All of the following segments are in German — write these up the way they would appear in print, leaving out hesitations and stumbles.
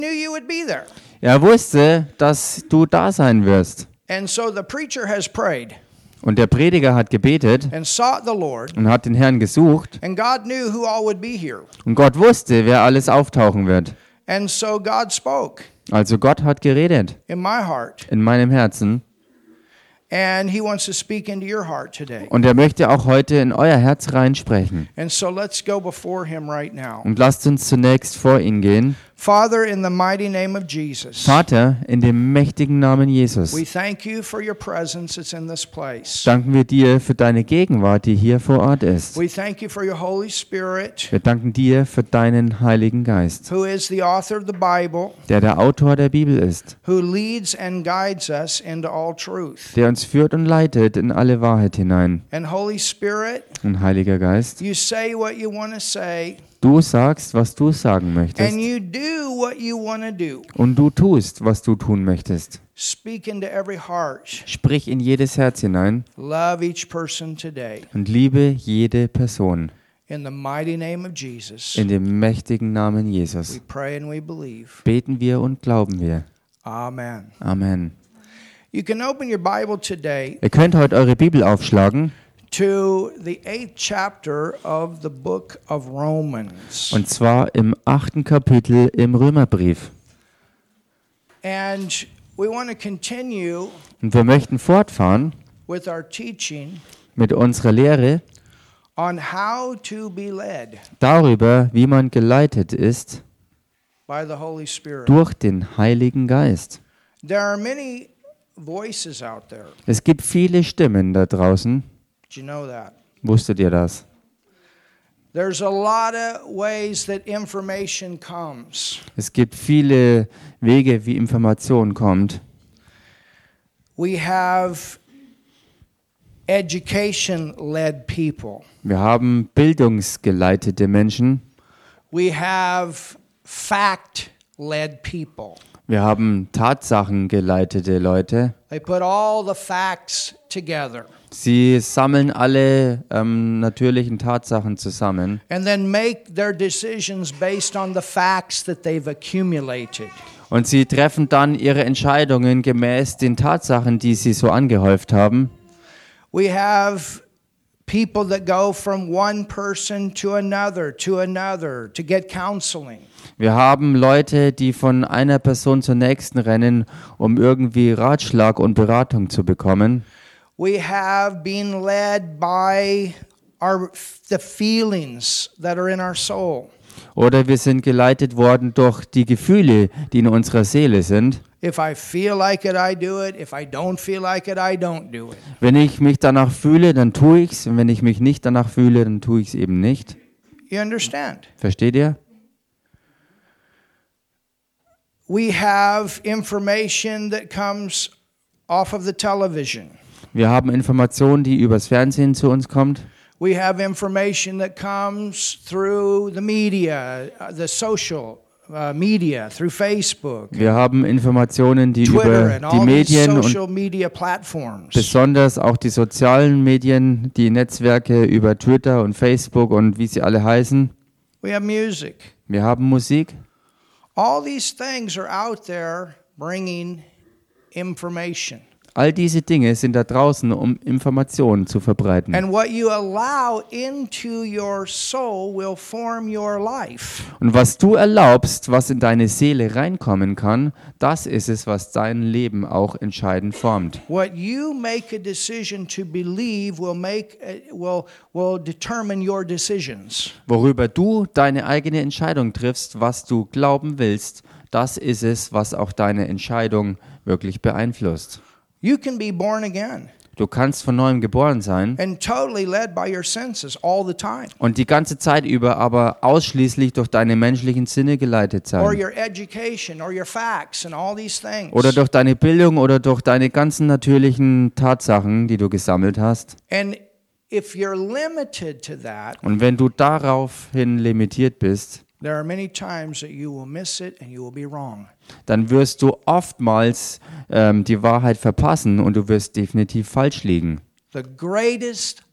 knew you would be there. Er wusste, dass du da sein wirst. And so the preacher has prayed Und der Prediger hat gebetet and sought the Lord, und hat den Herrn gesucht. and God knew who all would be here. Und Gott wusste, wer alles auftauchen wird. And so God spoke Also Gott hat geredet in my heart, in meinem Herzen. and He wants to speak into your heart today. Und er möchte auch heute in euer Herz reinsprechen. And so let's go before Him right now. Und lasst uns zunächst vor ihn gehen. Father, in the mighty name of Jesus, Vater, in dem mächtigen Namen Jesus, we thank You for Your presence that's in this place. danken wir dir für deine Gegenwart, die hier vor Ort ist. We thank You for Your Holy Spirit, Wir danken dir für deinen Heiligen Geist, who is the author of the Bible, der Autor der Bibel ist, who leads and guides us into all truth. der uns führt und leitet in alle Wahrheit hinein. And Holy Spirit, Und Heiliger Geist, You say what You want to say, du sagst, was du sagen and möchtest. You do what You want to do. Und du tust, was du tun möchtest. Speak into every heart. Sprich in jedes Herz hinein Love each person today. und liebe jede Person. In the mighty name of Jesus, In dem mächtigen Namen we Jesus pray and we believe. beten wir und glauben wir. Amen. Amen. You can open your Bible today Ihr könnt heute eure Bibel aufschlagen, to the 8th chapter of the book of Romans. und zwar im 8. Kapitel im Römerbrief. And we want to continue Und wir möchten fortfahren with our teaching mit unserer Lehre on how to be led darüber, wie man geleitet ist by the Holy Spirit. durch den Heiligen Geist. There are many voices out there. Es gibt viele Stimmen da draußen. Did you know that? Wusstet ihr das? There's a lot of ways that information comes. Es gibt viele Wege, wie Information kommt. We have education-led people. Wir haben bildungsgeleitete Menschen. We have fact-led people. Wir haben tatsachengeleitete Leute. They put all the facts together Sie sammeln alle natürlichen Tatsachen zusammen and then make their decisions based on the facts that they've accumulated. und sie treffen dann ihre Entscheidungen gemäß den Tatsachen, die sie so angehäuft haben. We have people that go from one person to another to get counseling. Wir haben Leute, die von einer Person zur nächsten rennen, um irgendwie Ratschlag und Beratung zu bekommen. We have been led by the feelings that are in our soul. Oder wir sind geleitet worden durch die Gefühle, die in unserer Seele sind. If I feel like it, I do it. If I don't feel like it, I don't do it. Wenn ich mich danach fühle, dann tue ich's. Und wenn ich mich nicht danach fühle, dann tue ich's eben nicht. You understand? Versteht ihr? We have information that comes off of the television. Wir haben Informationen, die übers Fernsehen zu uns kommt. We have information that comes through the media, the social media, through Facebook, Wir haben Informationen, die Twitter, über and die all these Medien und social media platforms. besonders auch die sozialen Medien, die Netzwerke über Twitter und Facebook und wie sie alle heißen. We have music. Wir haben Musik. All these things are out there bringing information. All diese Dinge sind da draußen, um Informationen zu verbreiten. And what you allow into your soul will form your life. Und was du erlaubst, was in deine Seele reinkommen kann, das ist es, was dein Leben auch entscheidend formt. What you make a decision to believe will determine your decisions. Worüber du deine eigene Entscheidung triffst, was du glauben willst, das ist es, was auch deine Entscheidung wirklich beeinflusst. You can be born again Du kannst von neuem geboren sein and totally led by your senses all the time. und die ganze Zeit über aber ausschließlich durch deine menschlichen Sinne geleitet Or sein. your education or your facts and all these things. Oder durch deine Bildung oder durch deine ganzen natürlichen Tatsachen, die du gesammelt hast. And if you're limited to that, Und wenn du daraufhin limitiert bist, there are many times that you will miss it and you will be wrong. dann wirst du oftmals die Wahrheit verpassen und du wirst definitiv falsch liegen. The greatest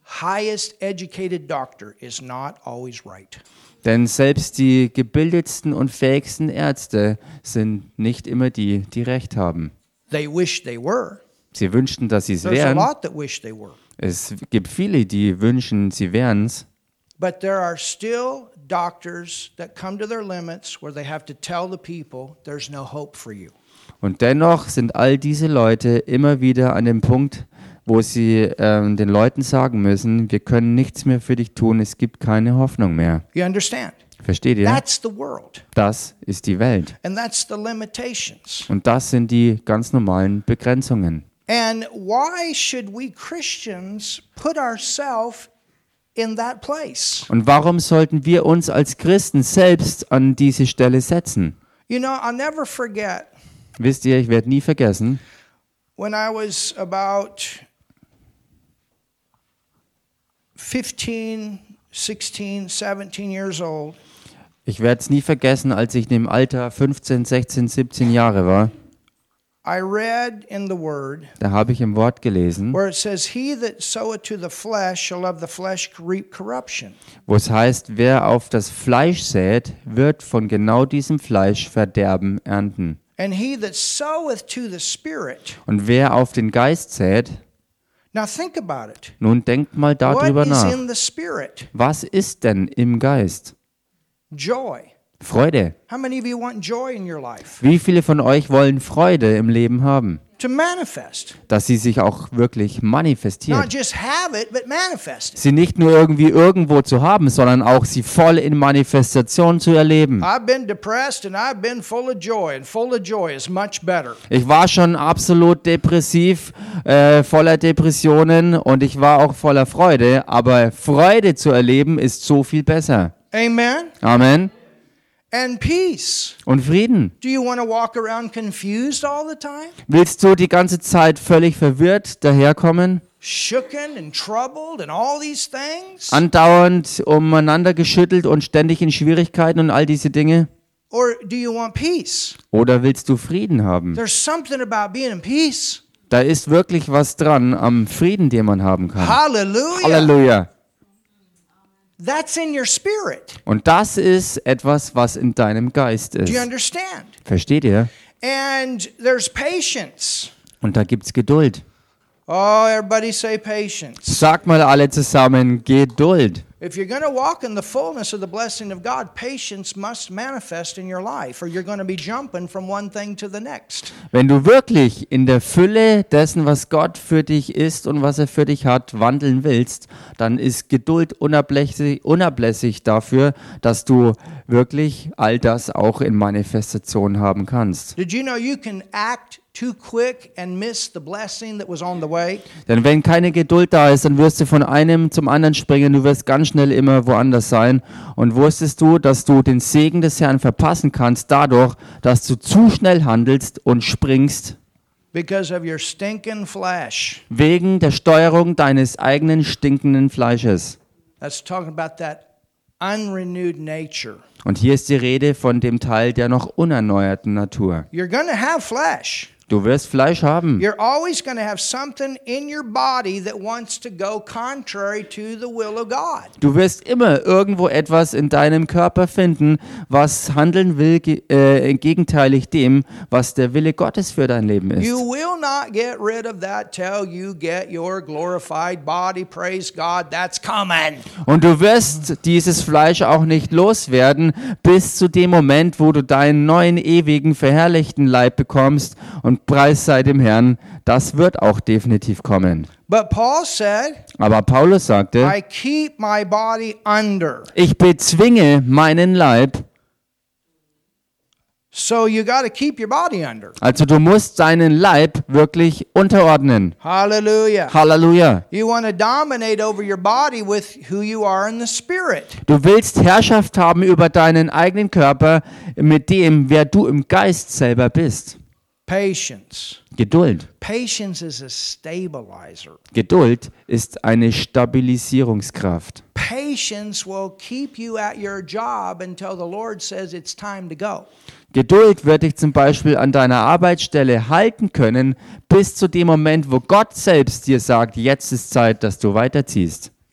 highest educated doctor is not always right. Denn selbst die gebildetsten und fähigsten Ärzte sind nicht immer die, die Recht haben. They wish they were. Sie wünschten, dass sie es There's a wären. lot that wish they were. Es gibt viele, die wünschen, sie wären's. But there are still doctors that come to their limits where they have to tell the people there's no hope for you. Und dennoch sind all diese Leute immer wieder an dem Punkt, wo sie den Leuten sagen müssen, wir können nichts mehr für dich tun, es gibt keine Hoffnung mehr. You understand? Versteht ihr? That's the world. Das ist die Welt. And that's the limitations. Und das sind die ganz normalen Begrenzungen. And why should we Christians put ourselves in that place? Und warum sollten wir uns als Christen selbst an diese Stelle setzen? You know, I'll never forget Wisst ihr, ich werde nie vergessen, when I was about 15, 16, 17 years old. ich werde es nie vergessen, als ich im Alter 15, 16, 17 Jahre war, I read in the Word da habe ich im Wort gelesen, where it says, "He that soweth to the flesh shall of the flesh reap corruption, wo es heißt, wer auf das Fleisch sät, wird von genau diesem Fleisch Verderben ernten. and he that soweth to the Spirit." Und wer auf den Geist sät, Now think about it. nun denkt mal What darüber is nach. in the Spirit? Was ist denn im Geist? Joy. Freude. How many of you want joy in your life? Wie viele von euch wollen Freude im Leben haben? To manifest. Dass sie sich auch wirklich Not manifestiert. just have it, but manifest it. Sie nicht nur irgendwie irgendwo zu haben, sondern auch sie voll in Manifestation zu erleben. I've been depressed and I've been full of joy, and full of joy is much better. Ich war schon absolut depressiv, voller Depressionen und ich war auch voller Freude, aber Freude zu erleben ist so viel besser. Amen? Amen. And peace. Und Frieden. Do you want to walk around confused all the time? Willst du die ganze Zeit völlig verwirrt daherkommen? Shooken and troubled and all these things? Andauernd umeinander geschüttelt und ständig in Schwierigkeiten und all diese Dinge? Or do you want peace? Oder willst du Frieden haben? There's something about being in peace. Da ist wirklich was dran am Frieden, den man haben kann. Hallelujah. Halleluja. That's in your spirit. Und das ist etwas, was in deinem Geist Do you ist. understand? Versteht ihr? And there's patience. Und da gibt's Geduld. Oh, everybody say patience. Sag mal alle zusammen, Geduld. If you're going to walk in the fullness of the blessing of God, patience must manifest in your life, or you're going to be jumping from one thing to the next. Wenn du wirklich in der Fülle dessen, was Gott für dich ist und was er für dich hat, wandeln willst, dann ist Geduld unablässig dafür, dass du wirklich all das auch in Manifestation haben kannst. Did you know you can act too quick and miss the blessing that was on the way? Denn wenn keine Geduld da ist, dann wirst du von einem zum anderen springen, du wirst ganz schnell immer woanders sein. Und wusstest du, dass du den Segen des Herrn verpassen kannst, dadurch, dass du zu schnell handelst und springst, Because of your stinking flesh. wegen der Steuerung deines eigenen stinkenden Fleisches. That's talking about that unrenewed nature. Und hier ist die Rede von dem Teil der noch unerneuerten Natur. You're going to have flesh. Du wirst Fleisch haben. You're always going to have something in your body that wants to go contrary to the will of God. Du wirst immer irgendwo etwas in deinem Körper finden, was handeln will, gegenteilig dem, was der Wille Gottes für dein Leben ist. You will not get rid of that till you get your glorified body. Praise God, that's coming. Und du wirst dieses Fleisch auch nicht loswerden, bis zu dem Moment, wo du deinen neuen, ewigen, verherrlichten Leib bekommst. Und Preis sei dem Herrn, das wird auch definitiv kommen. But Paul said, Aber Paulus sagte, I keep my body under. ich bezwinge meinen Leib. So you got to keep your body under. Also du musst deinen Leib wirklich unterordnen. Hallelujah. Halleluja. You want to dominate over your body with who you are in the spirit. Du willst Herrschaft haben über deinen eigenen Körper mit dem, wer du im Geist selber bist. Patience. Geduld. Patience is a stabilizer. Geduld ist eine Stabilisierungskraft. Patience will keep you at your job until the Lord says it's time to go. Geduld wird dich zum Beispiel an deiner Arbeitsstelle halten können, bis zu dem Moment, wo Gott selbst dir sagt, jetzt ist Zeit, dass du weiterziehst.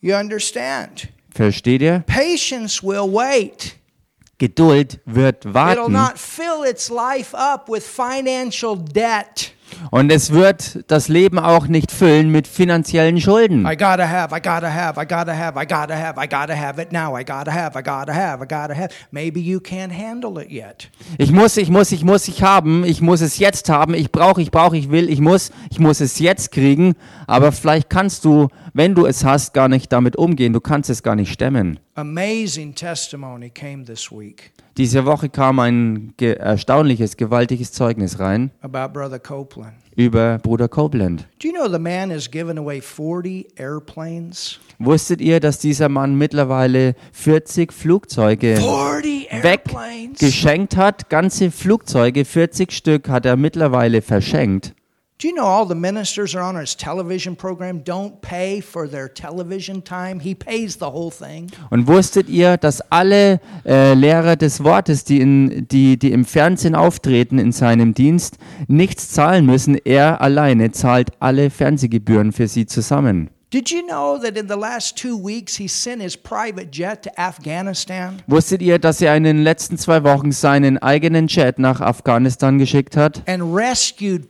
You understand? Versteht ihr? Patience will wait. Geduld wird It'll warten not fill its life up with financial debt. und es wird das Leben auch nicht füllen mit finanziellen Schulden. I gotta have, I gotta have, I gotta have, I gotta have, I gotta have it now. I gotta have, I gotta have, I gotta have. Maybe you can't handle it yet. Ich muss haben, ich muss es jetzt haben, ich will, ich muss es jetzt kriegen, aber vielleicht kannst du, wenn du es hast, gar nicht damit umgehen, du kannst es gar nicht stemmen. Amazing testimony came this week Diese Woche kam ein erstaunliches, gewaltiges Zeugnis rein about Brother Copeland. über Bruder Copeland. Do you know the man has given away 40 airplanes? Wusstet ihr, dass dieser Mann mittlerweile 40 Flugzeuge 40 airplanes? weggeschenkt hat? Ganze Flugzeuge, 40 Stück hat er mittlerweile verschenkt. Do you know all the ministers that are on his television program don't pay for their television time? He pays the whole thing. Und wusstet ihr, dass alle Lehrer des Wortes, die im Fernsehen auftreten in seinem Dienst, nichts zahlen müssen? Er alleine zahlt alle Fernsehgebühren für sie zusammen. Did you know that in the last 2 weeks he sent his private jet to Afghanistan? Wusstet ihr, dass er in den letzten 2 Wochen seinen eigenen Jet nach Afghanistan geschickt hat? And rescued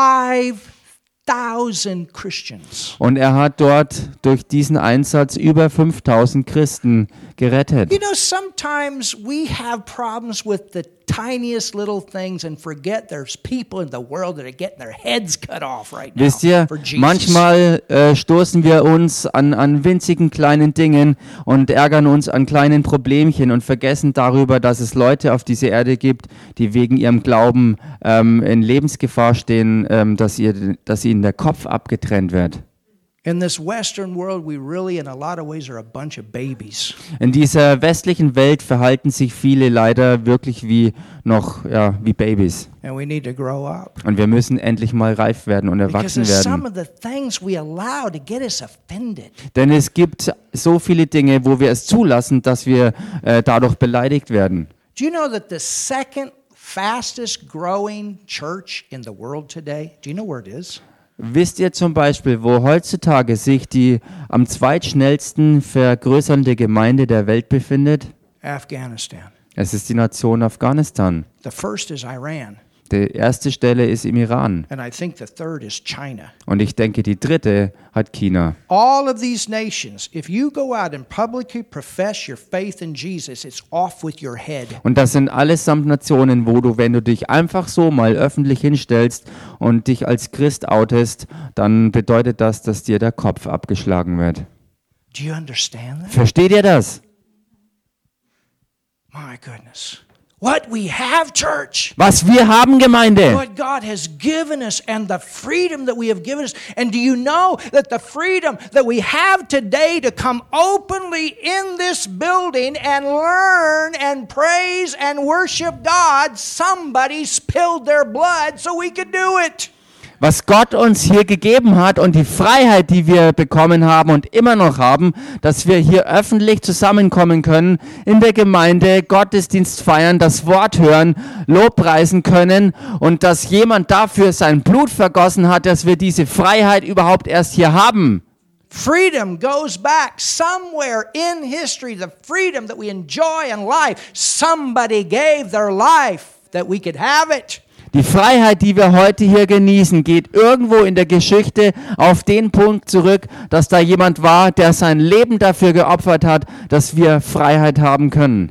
5,000 Christians. Und er hat dort durch diesen Einsatz über 5000 Christen gerettet. You know, sometimes we have problems with the tiniest little things and forget there's people in the world that are getting their heads cut off right now. Wisst ihr, for Jesus. manchmal stoßen wir uns an winzigen kleinen Dingen und ärgern uns an kleinen Problemchen und vergessen darüber, dass es Leute auf dieser Erde gibt, die wegen ihrem Glauben in Lebensgefahr stehen, dass ihnen der Kopf abgetrennt wird. In this Western world, we really, in a lot of ways, are a bunch of babies. In dieser westlichen Welt verhalten sich viele leider wirklich wie Babys. And we need to grow up. Und wir müssen endlich mal reif werden und Because erwachsen there's some werden. of the things we allow to get us offended. Denn es gibt so viele Dinge, wo wir es zulassen, dass wir dadurch beleidigt werden. Do you know that the second fastest growing church in the world today, do you know where it is? Wisst ihr zum Beispiel, wo heutzutage sich die am zweitschnellsten vergrößernde Gemeinde der Welt befindet? Afghanistan. Es ist die Nation Afghanistan. The first is Iran. Die erste Stelle ist im Iran. And I think the third is China. Und ich denke, die dritte hat China. All of these nations, if you go out and publicly profess your faith in Jesus, it's off with your head. Und das sind allesamt Nationen, wo du, wenn du dich einfach so mal öffentlich hinstellst und dich als Christ outest, dann bedeutet das, dass dir der Kopf abgeschlagen wird. Do you understand that? Versteht ihr das? My goodness. What we have, church. Was wir haben, Gemeinde. What God has given us and the freedom that we have given us. And do you know that the freedom that we have today to come openly in this building and learn and praise and worship God, somebody spilled their blood so we could do it. Was Gott uns hier gegeben hat und die Freiheit, die wir bekommen haben und immer noch haben, dass wir hier öffentlich zusammenkommen können, in der Gemeinde Gottesdienst feiern, das Wort hören, Lobpreisen können und dass jemand dafür sein Blut vergossen hat, dass wir diese Freiheit überhaupt erst hier haben. Freedom goes back somewhere in history, the freedom that we enjoy in life. Somebody gave their life that we could have it. Die Freiheit, die wir heute hier genießen, geht irgendwo in der Geschichte auf den Punkt zurück, dass da jemand war, der sein Leben dafür geopfert hat, dass wir Freiheit haben können.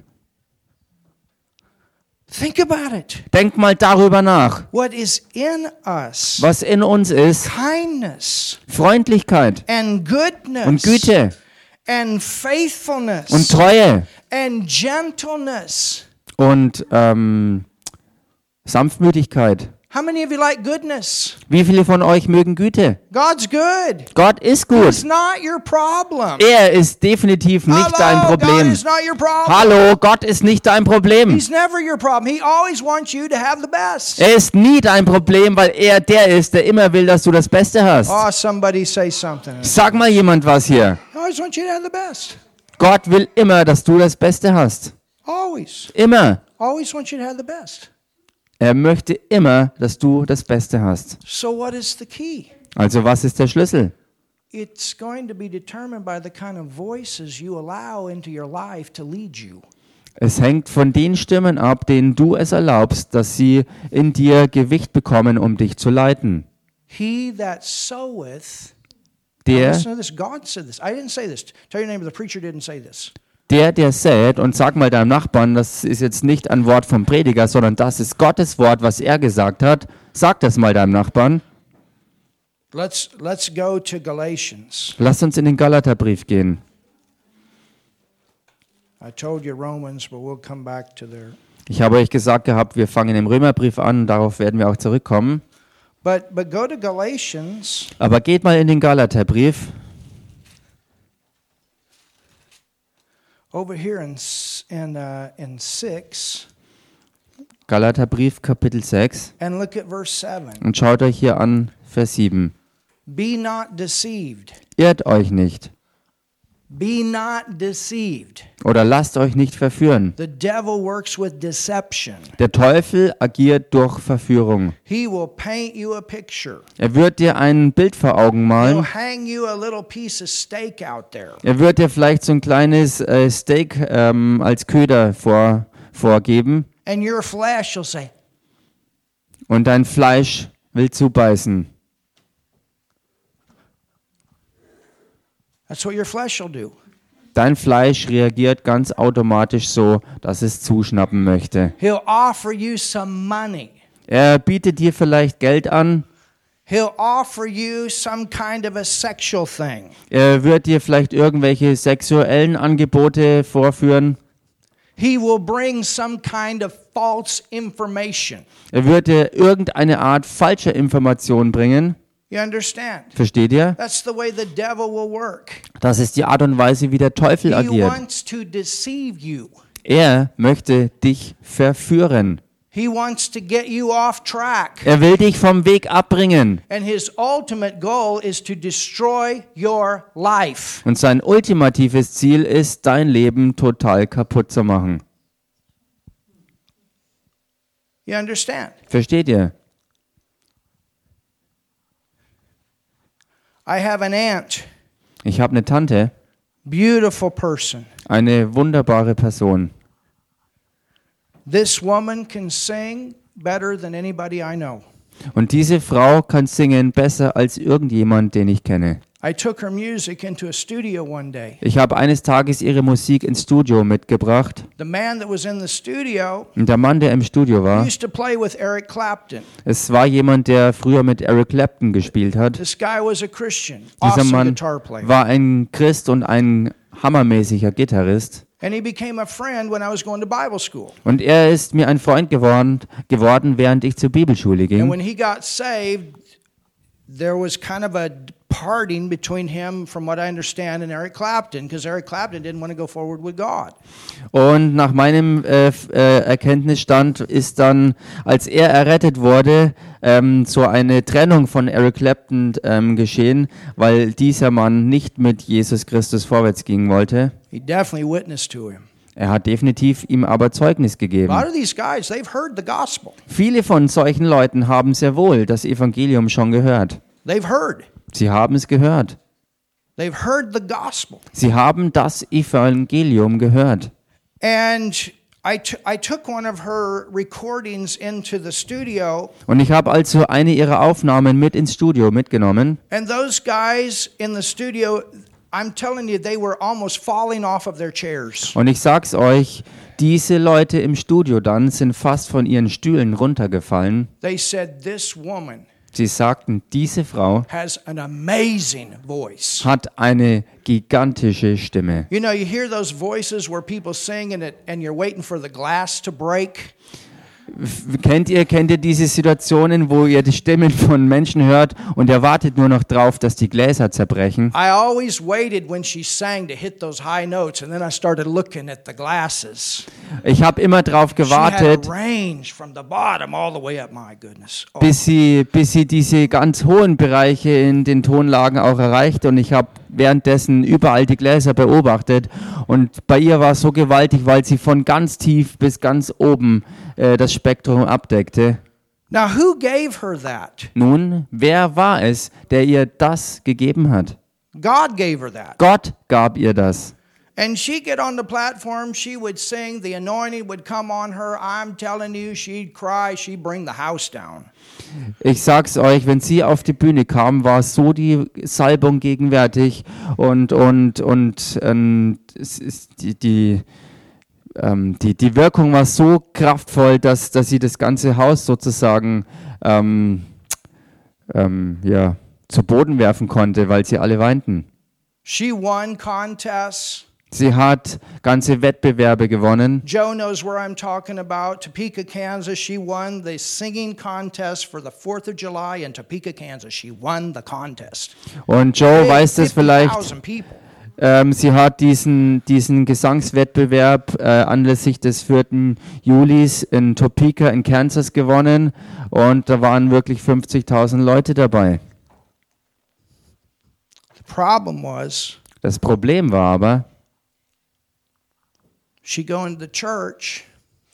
Think about it. Denk mal darüber nach. What is in us? Was in uns ist, Kindness Freundlichkeit and goodness und Güte and faithfulness und Treue and gentleness. und Sanftmütigkeit. How many of you like goodness? Wie viele von euch mögen Güte? God's good. Gott ist It's gut. not your problem. Er ist definitiv nicht dein Hello, God Problem. is not your problem. Hallo, Gott ist nicht dein Problem. He's never your problem. He always wants you to have the best. Er ist nie dein Problem, weil er der ist, der immer will, dass du das Beste hast. Oh, somebody say something. Sag mal jemand was hier. He always wants you to have the best. Gott will immer, dass du das Beste hast. Always. Immer. Always wants you to have the best. Er möchte immer, dass du das Beste hast. So what is the key? Also was ist der Schlüssel? it's going to be determined by the kind of voices you allow into your life to lead you. Es hängt von den Stimmen ab, denen du es erlaubst, dass sie in dir Gewicht bekommen, um dich zu leiten. He that soweth. Der, Listen to this. God said this. I didn't say this. Tell your neighbor, the preacher didn't say this. der sät, und sag mal deinem Nachbarn, das ist jetzt nicht ein Wort vom Prediger, sondern das ist Gottes Wort, was er gesagt hat. Sag das mal deinem Nachbarn. Let's go to Galatians. Lass uns in den Galaterbrief gehen. I told you Romans, but we'll come back to there. Ich habe euch gesagt gehabt, wir fangen im Römerbrief an, darauf werden wir auch zurückkommen. But go to Galatians. Aber geht mal in den Galaterbrief. Over here in 6. Galaterbrief Kapitel 6. And look at verse 7. Und schaut euch hier an, Vers 7. Be not deceived. Irrt euch nicht. Be not deceived. Oder lasst euch nicht verführen. The devil works with deception. Der Teufel agiert durch Verführung. He will paint you a picture. Er wird dir ein Bild vor Augen malen. He'll hang you a little piece of steak out there. Er wird dir vielleicht so ein kleines Steak als Köder vorgeben. And your flesh will say, Und dein Fleisch will zubeißen. that's what your flesh will do. Dein Fleisch reagiert ganz automatisch so, dass es zuschnappen möchte. He'll offer you some money. Er bietet dir vielleicht Geld an. He'll offer you some kind of a sexual thing. Er wird dir vielleicht irgendwelche sexuellen Angebote vorführen. He will bring some kind of false information. Er wird dir irgendeine Art falscher Information bringen. You understand? Versteht ihr? That's the way the devil will work. Das ist die Art und Weise, wie der Teufel He agiert. wants to deceive you. Er möchte dich verführen. He wants to get you off track. Er will dich vom Weg abbringen. And his ultimate goal is to destroy your life. Und sein ultimatives Ziel ist, dein Leben total kaputt zu machen. You understand? Versteht ihr? I have an aunt, Ich habe eine Tante, beautiful person. eine wunderbare Person. This woman can sing better than anybody I know. Und diese Frau kann singen besser als irgendjemand, den ich kenne. I took her music into a studio one day. Ich habe eines Tages ihre Musik ins Studio mitgebracht. The man that was in the studio Und der Mann, der im Studio war, used to play with Eric Clapton. es war jemand, der früher mit Eric Clapton gespielt hat. This guy was a Christian, Dieser awesome Mann guitar player. war ein Christ und ein hammermäßiger Gitarrist. And he became a friend when I was going to Bible school. Und er ist mir ein Freund geworden, während ich zur Bibelschule And ging. when he got saved, there was kind of a parting between him, from what I understand, and Eric Clapton, because Eric Clapton didn't want to go forward with God. Und nach meinem Erkenntnisstand ist dann, als er errettet wurde, so eine Trennung von Eric Clapton geschehen, weil dieser Mann nicht mit Jesus Christus vorwärts gehen wollte. He definitely witnessed to him. Er hat definitiv ihm aber Zeugnis A gegeben. lot of these guys, they've heard the gospel. Viele von solchen Leuten haben sehr wohl das Evangelium schon gehört. They've heard. Sie haben es gehört. They've heard the gospel. Sie haben das Evangelium gehört. And I took one of her recordings into the studio, Und ich habe also eine ihrer Aufnahmen mit ins Studio mitgenommen. and those guys in the studio, I'm telling you, they were almost falling off of their chairs. Und ich sag's euch, diese Leute im Studio dann sind fast von ihren Stühlen runtergefallen. They said, this woman Sie sagten, diese Frau has an amazing voice. hat eine gigantische Stimme. You know, you hear those voices where people sing and you're waiting for the glass to break. Kennt ihr diese Situationen, wo ihr die Stimmen von Menschen hört und ihr wartet nur noch drauf, dass die Gläser zerbrechen? I always waited when she sang to hit those high notes, and then I started looking at the glasses. Ich habe immer drauf She had gewartet, a range from the bottom all the way up. My goodness. Oh. bis sie diese ganz hohen Bereiche in den Tonlagen auch erreicht, und ich habe währenddessen überall die Gläser beobachtet, und bei ihr war es so gewaltig, weil sie von ganz tief bis ganz oben das Spektrum abdeckte. Now, who gave her that? Nun, wer war es, der ihr das gegeben hat? God gave her that. Gott gab ihr das. And she'd get on the platform, she would sing, the anointing would come on her. I'm telling you, she'd cry, she'd bring the house down. Ich sag's euch, wenn sie auf die Bühne kam, war so die Salbung gegenwärtig und die Wirkung war so kraftvoll, dass sie das ganze Haus sozusagen zu Boden werfen konnte, weil sie alle weinten. She won contests. Sie hat ganze Wettbewerbe gewonnen. Joe knows where I'm talking about. Topeka, Kansas. She won the singing contest for the 4th of July in Topeka, Kansas. She won the contest. Und Joe weiß das vielleicht. 50,000 people. Sie hat diesen Gesangswettbewerb anlässlich des 4. Julis in Topeka in Kansas gewonnen. Und da waren wirklich 50.000 Leute dabei. Das Problem war aber, she'd go into the church.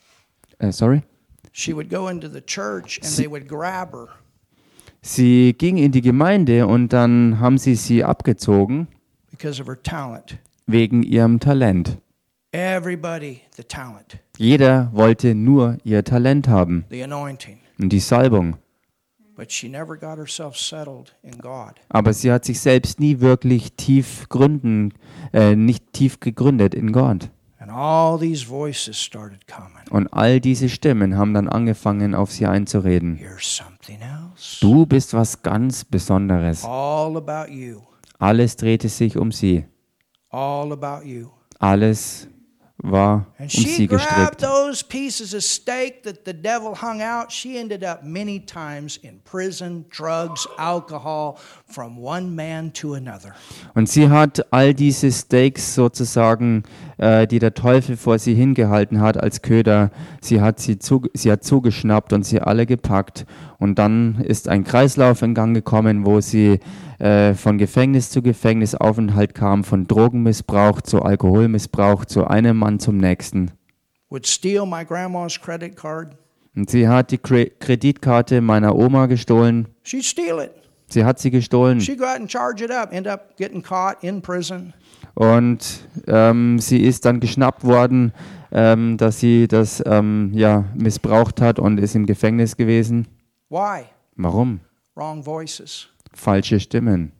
She would go into the church and they would grab her. Sie ging in die Gemeinde und dann haben sie abgezogen. Because of her talent. Wegen ihrem Talent. Everybody the talent. Jeder wollte nur ihr Talent haben. The anointing. Und die Salbung. But she never got herself settled in God. Aber sie hat sich selbst nie wirklich nicht tief gegründet in Gott. And all these voices started coming. Und all diese Stimmen haben dann angefangen, auf sie einzureden. You're something else. Du bist was ganz Besonderes. All about you. Alles drehte sich um sie. All about you. Alles war um sie gestrickt. Those pieces of steak that the devil hung out. She ended up many times in prison, drugs, alcohol, from one man to another. Und sie hat all diese Steaks sozusagen, die der Teufel vor sie hingehalten hat als Köder, sie hat zugeschnappt und sie alle gepackt. Und dann ist ein Kreislauf in Gang gekommen, wo sie von Gefängnis zu Gefängnisaufenthalt kam, von Drogenmissbrauch zu Alkoholmissbrauch, zu einem Mann zum nächsten. Would steal my grandma's credit card. Und sie hat die Kreditkarte meiner Oma gestohlen. She'd steal it. Sie hat sie gestohlen. She'd go out and charge it up, end up getting caught in prison. Und sie ist dann geschnappt worden, dass sie das missbraucht hat und ist im Gefängnis gewesen. Why? Warum? Wrong voices. Falsche Stimmen.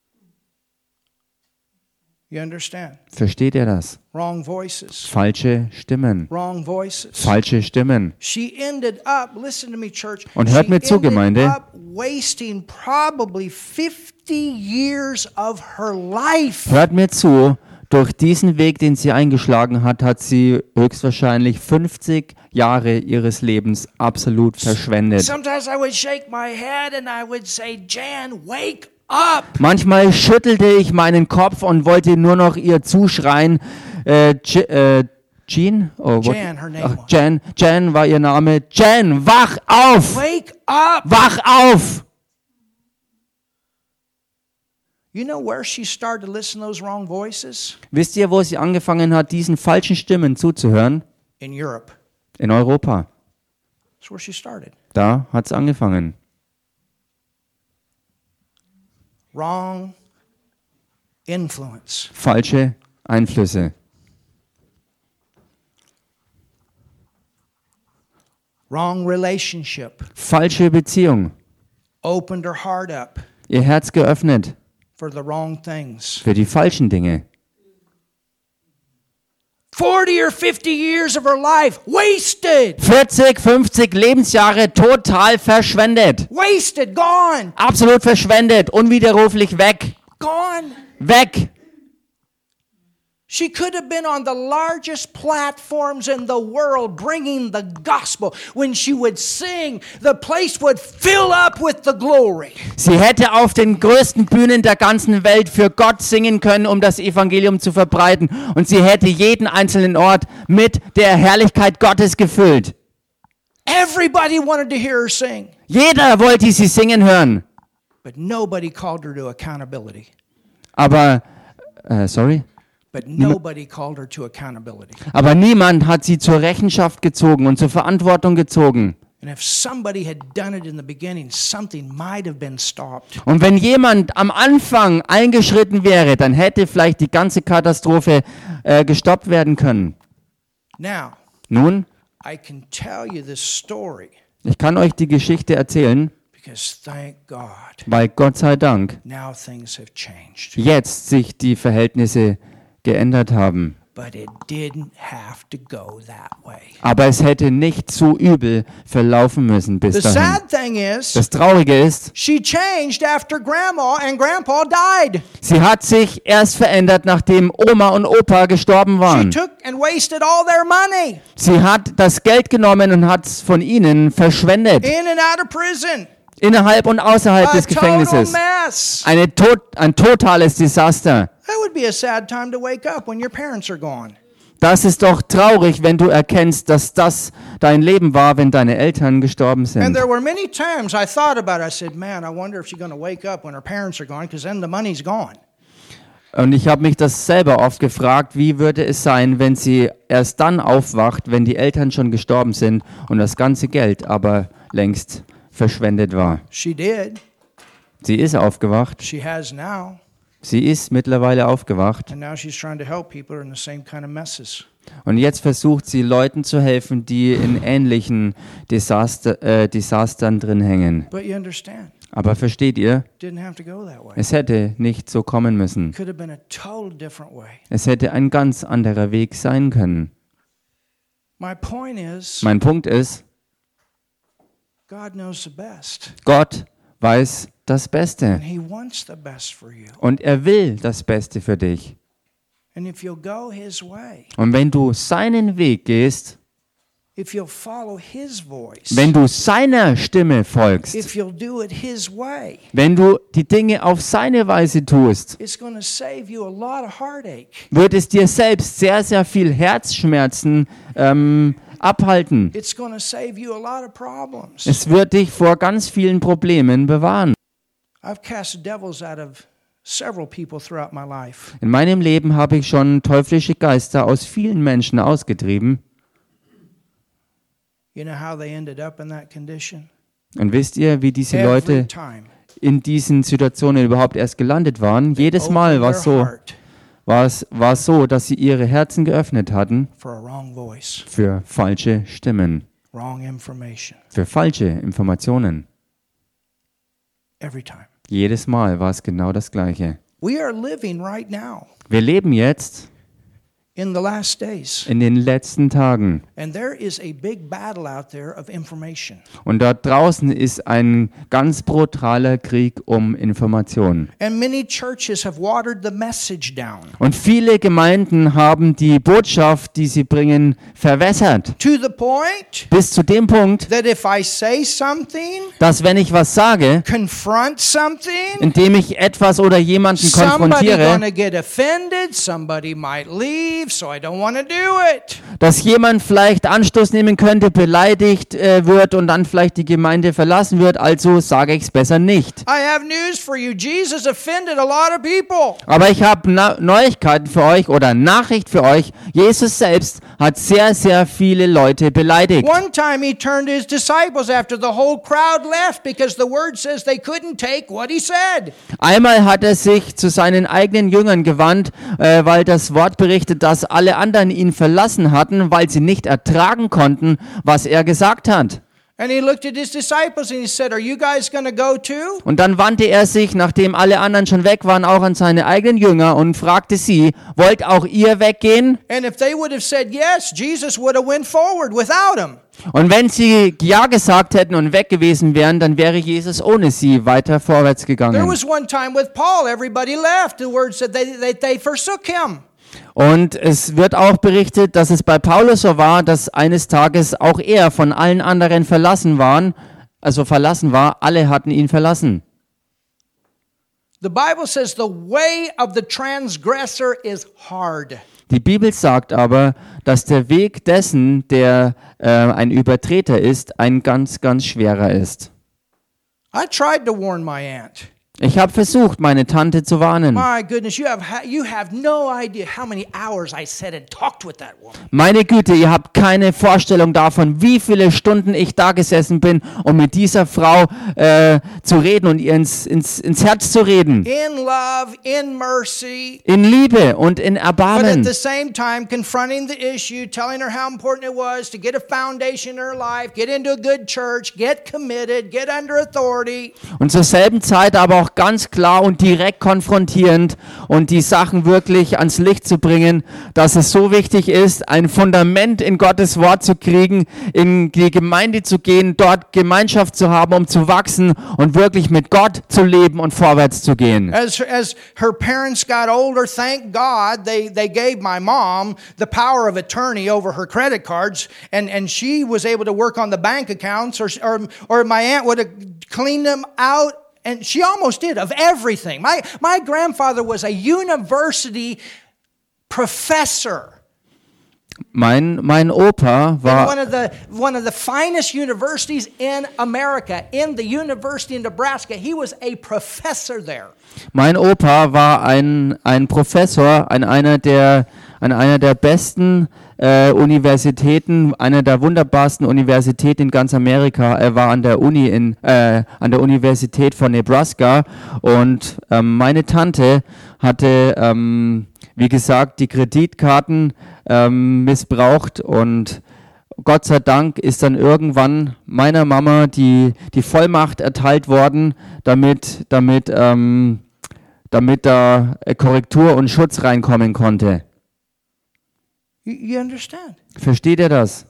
You understand? Versteht ihr das? Wrong voices. Falsche Stimmen. Wrong voices. Falsche Stimmen. She ended up, listen to me, church. Und hört mir zu, Gemeinde. Wasting probably 50 years of her life. Hört mir zu. Durch diesen Weg, den sie eingeschlagen hat, hat sie höchstwahrscheinlich 50 Jahre ihres Lebens absolut verschwendet. Sometimes I would shake my head and I would say, Jan, wake up. Manchmal schüttelte ich meinen Kopf und wollte nur noch ihr zuschreien. Jean? Oh, Jan, her name was. Jan war ihr Name. Jan, wach auf! Wake up! Wach auf! You know where she started to listen to those wrong voices? Wisst ihr, wo sie angefangen hat, diesen falschen Stimmen zuzuhören? In Europe. In Europa. That's where she started. Da hat es angefangen. Wrong influence. Falsche Einflüsse. Wrong relationship. Falsche Beziehung. Opened her heart up. Ihr Herz geöffnet. For the wrong things. Für die falschen Dinge. 40 or 50 years of her life wasted. 40, 50 Lebensjahre total verschwendet. Wasted, gone. Absolut verschwendet, unwiderruflich weg. Gone. Weg. She could have been on the largest platforms in the world bringing the gospel. When she would sing, the place would fill up with the glory. Sie hätte auf den größten Bühnen der ganzen Welt für Gott singen können, um das Evangelium zu verbreiten. Und sie hätte jeden einzelnen Ort mit der Herrlichkeit Gottes gefüllt. Everybody wanted to hear her sing. Jeder wollte sie singen hören. But nobody called her to accountability. Aber called her to accountability. Aber niemand hat sie zur Rechenschaft gezogen und zur Verantwortung gezogen. And if somebody had done it in the beginning, something might have been stopped. Und wenn jemand am Anfang eingeschritten wäre, dann hätte vielleicht die ganze Katastrophe gestoppt werden können. Now, Nun, I can tell you this story ich kann euch die Geschichte erzählen, because thank God, weil Gott sei Dank now things have changed. jetzt sich die Verhältnisse geändert haben. But it didn't have to go that way. Aber es hätte nicht so übel verlaufen müssen bis The dahin. sad thing is, Das Traurige ist, she changed after Grandma and Grandpa died. sie hat sich erst verändert, nachdem Oma und Opa gestorben She waren. took and wasted all their money Sie hat das Geld genommen und hat es von ihnen verschwendet. in and out of prison. Innerhalb und außerhalb A des total Gefängnisses. mess. Ein totales Desaster. That would be a sad time to wake up when your parents are gone. Das ist doch traurig, wenn du erkennst, dass das dein Leben war, wenn deine Eltern gestorben And sind. there were many times I thought about it. I said, man, I wonder if she's going to wake up when her parents are gone because then the money's gone. Und ich habe mich das selber oft gefragt, wie würde es sein, wenn sie erst dann aufwacht, wenn die Eltern schon gestorben sind und das ganze Geld aber längst verschwendet war. She did. Sie ist aufgewacht. She has now. Sie ist mittlerweile aufgewacht. And now she's trying to help people who are in the same kind of messes. Und jetzt versucht sie Leuten zu helfen, die in ähnlichen Desastern drin hängen. But you understand, Aber versteht ihr, didn't have to go that way. es hätte nicht so kommen müssen. Could have been a total different way. Es hätte ein ganz anderer Weg sein können. My point is, Mein Punkt ist, God knows the best. Gott weiß das Beste. And He wants the best for you. Und er will das Beste für dich. And if you'll go His way, Und wenn du seinen Weg gehst, if you'll follow His voice, wenn du seiner Stimme folgst, if you'll do it His way, wenn du die Dinge auf seine Weise tust, it's going to save you a lot of heartache. wird es dir selbst sehr, sehr viel Herzschmerzen abhalten. It's going to save you a lot of problems. Es wird dich vor ganz vielen Problemen bewahren. I've cast devils out of several people throughout my life. In meinem Leben habe ich schon teuflische Geister aus vielen Menschen ausgetrieben. You know how they ended up in that condition? Und wisst ihr, wie diese Every Leute time. in diesen Situationen überhaupt erst gelandet waren? Jedes Mal Opened war es their so, heart war es so, dass sie ihre Herzen geöffnet hatten for a wrong voice, für falsche Stimmen, wrong information. für falsche Informationen. Every time. Jedes Mal war es genau das Gleiche. We are living right now Wir leben jetzt in the last days. in den letzten Tagen. And there is a big battle out there of information. Und dort draußen ist ein ganz brutaler Krieg um Informationen. And many churches have watered the message down Und viele Gemeinden haben die Botschaft, die sie bringen, verwässert. to the point Bis zu dem Punkt, that if I say something, dass wenn ich was sage, confront something, indem ich etwas oder jemanden somebody konfrontiere, gonna get offended, somebody might leave, so I don't want to do it. dass jemand vielleicht Anstoß nehmen könnte, beleidigt wird und dann vielleicht die Gemeinde verlassen wird, also sage ich es besser nicht. I have news for you. Jesus offended a lot of people. Aber ich habe Neuigkeiten für euch oder Nachricht für euch. Jesus selbst hat sehr, sehr viele Leute beleidigt. One time he turned to his disciples after the whole crowd left because the word says they couldn't take what he said. Einmal hat er sich zu seinen eigenen Jüngern gewandt, weil das Wort berichtet, dass alle anderen ihn verlassen hatten, weil sie nicht ertragen konnten, was er gesagt hat. And he looked at his disciples and he said, "Are you guys going to go too?" Und dann wandte er sich, nachdem alle anderen schon weg waren, auch an seine eigenen Jünger und fragte sie, wollt auch ihr weggehen? And if they would have said yes, Jesus would have went forward without him. Und wenn sie ja gesagt hätten und weg gewesen wären, dann wäre Jesus ohne sie weiter vorwärts There gegangen. was one time with Paul, everybody left. The word said they forsook him. Und es wird auch berichtet, dass es bei Paulus so war, dass eines Tages auch er von allen anderen verlassen war. Alle hatten ihn verlassen. The Bible says the way of the transgressor is hard. Die Bibel sagt aber, dass der Weg dessen, der ein Übertreter ist, ein ganz, ganz schwerer ist. I tried to warn my aunt. Ich habe versucht, meine Tante zu warnen. My goodness, you have no idea how many hours I sat and talked with that woman. Meine Güte, ihr habt keine Vorstellung davon, wie viele Stunden ich da gesessen bin, um mit dieser Frau zu reden und ihr ins Herz zu reden. In love, in mercy, In Liebe und in but at Erbarmen. the same time confronting the issue, telling her how important it was to get a foundation in her life, get into a good church, get committed, get under authority. Und zur selben Zeit aber auch ganz klar und direkt konfrontierend und die Sachen wirklich ans Licht zu bringen, dass es so wichtig ist, ein Fundament in Gottes Wort zu kriegen, in die Gemeinde zu gehen, dort Gemeinschaft zu haben, um zu wachsen und wirklich mit Gott zu leben und vorwärts zu gehen. As her parents got older, thank God, they gave my mom the power of attorney over her credit cards, and she was able to work on the bank accounts, or my aunt would have cleaned them out, and she almost did, of everything. My grandfather was a university professor. Mein Opa In war one of the finest universities in America, in the University in Nebraska. He was a professor there. Mein Opa war ein Professor an einer der besten Universitäten, einer der wunderbarsten Universitäten in ganz Amerika. Er war an der an der Universität von Nebraska und meine Tante hatte, wie gesagt, die Kreditkarten missbraucht und Gott sei Dank ist dann irgendwann meiner Mama die Vollmacht erteilt worden, damit da Korrektur und Schutz reinkommen konnte. You understand? Versteht ihr das?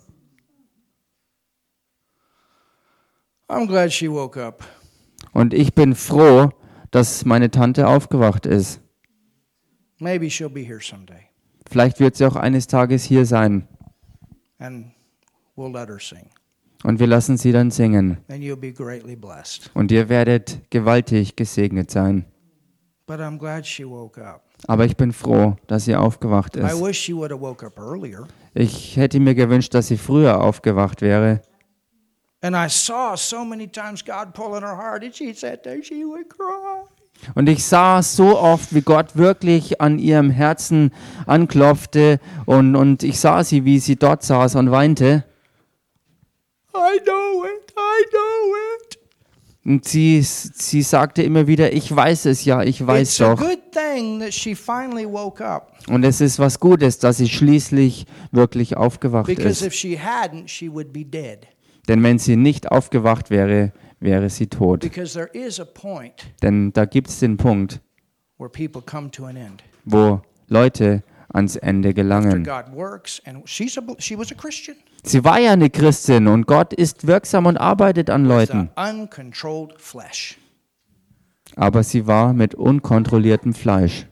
I'm glad she woke up. Und ich bin froh, dass meine Tante aufgewacht ist. Maybe she'll be here someday, Vielleicht wird sie auch eines Tages hier sein. and we'll let her sing, Und wir lassen sie dann singen. and you'll be greatly blessed. Und ihr werdet gewaltig gesegnet sein. But I'm glad she woke up. Aber ich bin froh, dass sie aufgewacht I ist. wish she would have woke up earlier. Ich hätte mir gewünscht, dass sie früher aufgewacht wäre. And I saw so many times God pulling her heart, and she sat there, she would cry. Und ich sah so oft, wie Gott wirklich an ihrem Herzen anklopfte und ich sah sie, wie sie dort saß und weinte. I know it. Und sie sagte immer wieder, ich weiß es ja, ich weiß It's a doch. good thing that she finally woke up, Und es ist was Gutes, dass sie schließlich wirklich aufgewacht because ist. if she hadn't, she would be dead. Denn wenn sie nicht aufgewacht wäre, wäre sie tot. Because there is a point Denn da gibt es den Punkt, where people come to an end. wo Leute ans Ende After gelangen. God works, and she was a Christian. Sie war ja eine Christin und Gott ist wirksam und arbeitet an The Leuten. uncontrolled flesh. Aber sie war mit unkontrolliertem Fleisch.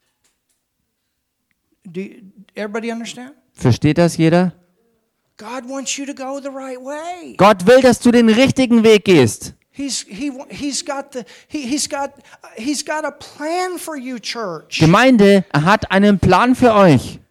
Everybody understand? Versteht das jeder? God wants you to go the right way. Gott will, dass du den richtigen Weg gehst. He's got a plan for you, church. Gemeinde, er hat einen Plan für euch.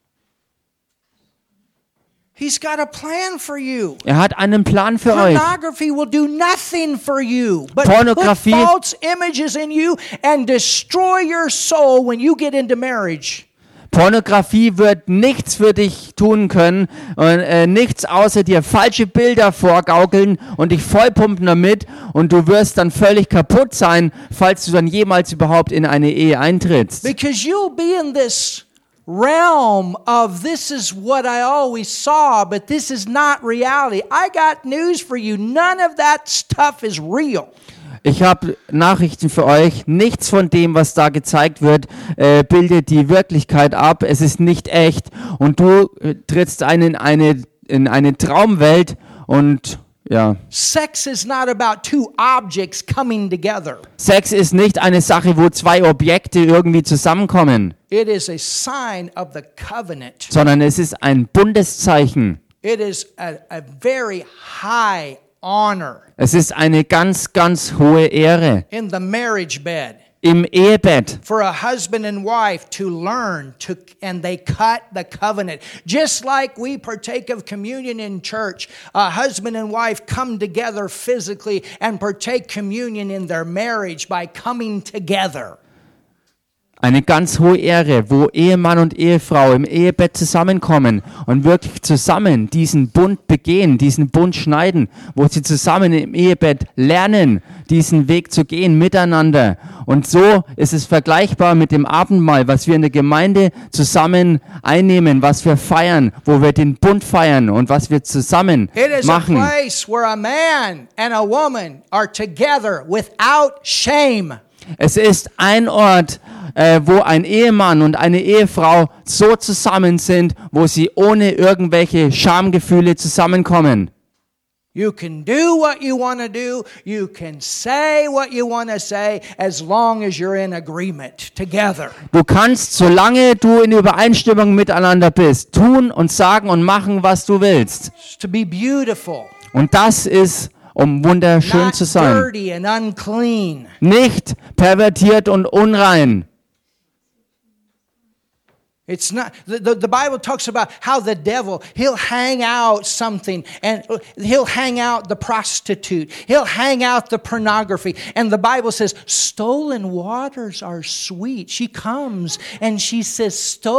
He's got a plan for you. Er hat einen Plan für euch. Pornography will do nothing for you, but Pornografie- put false images in you and destroy your soul when you get into marriage. Pornografie wird nichts für dich tun können und nichts außer dir falsche Bilder vorgaukeln und dich vollpumpen damit und du wirst dann völlig kaputt sein, falls du dann jemals überhaupt in eine Ehe eintrittst. Because you'll be in this realm of this is what I always saw, but this is not reality. I got news for you. None of that stuff is real. Ich habe Nachrichten für euch. Nichts von dem, was da gezeigt wird, bildet die Wirklichkeit ab. Es ist nicht echt. Und du trittst in eine Traumwelt und ja. Sex is not about two objects coming together. Sex ist nicht eine Sache, wo zwei Objekte irgendwie zusammenkommen, It is a sign of the covenant. sondern es ist ein Bundeszeichen. It is a very high honor Es ist eine ganz, ganz hohe Ehre in the marriage bed. im Ehebett. for a husband and wife to learn and they cut the covenant. Just like we partake of communion in church, a husband and wife come together physically and partake communion in their marriage by coming together. Eine ganz hohe Ehre, wo Ehemann und Ehefrau im Ehebett zusammenkommen und wirklich zusammen diesen Bund begehen, diesen Bund schneiden, wo sie zusammen im Ehebett lernen, diesen Weg zu gehen miteinander. Und so ist es vergleichbar mit dem Abendmahl, was wir in der Gemeinde zusammen einnehmen, was wir feiern, wo wir den Bund feiern und was wir zusammen It is a machen. place where a man and a woman are together without shame. Es ist ein Ort, wo ein Ehemann und eine Ehefrau so zusammen sind, wo sie ohne irgendwelche Schamgefühle zusammenkommen. You can do what you want to do. You can say what you want to say as long as you're in agreement together. Du kannst, solange du in Übereinstimmung miteinander bist, tun und sagen und machen, was du willst. It's to be beautiful, Und das ist, um wunderschön not zu sein. dirty and unclean. Nicht pervertiert und unrein. It's not the Bible talks about how the devil, he'll hang out something and he'll hang out the prostitute. He'll hang out the pornography. And the Bible says stolen waters are sweet. She comes and she says,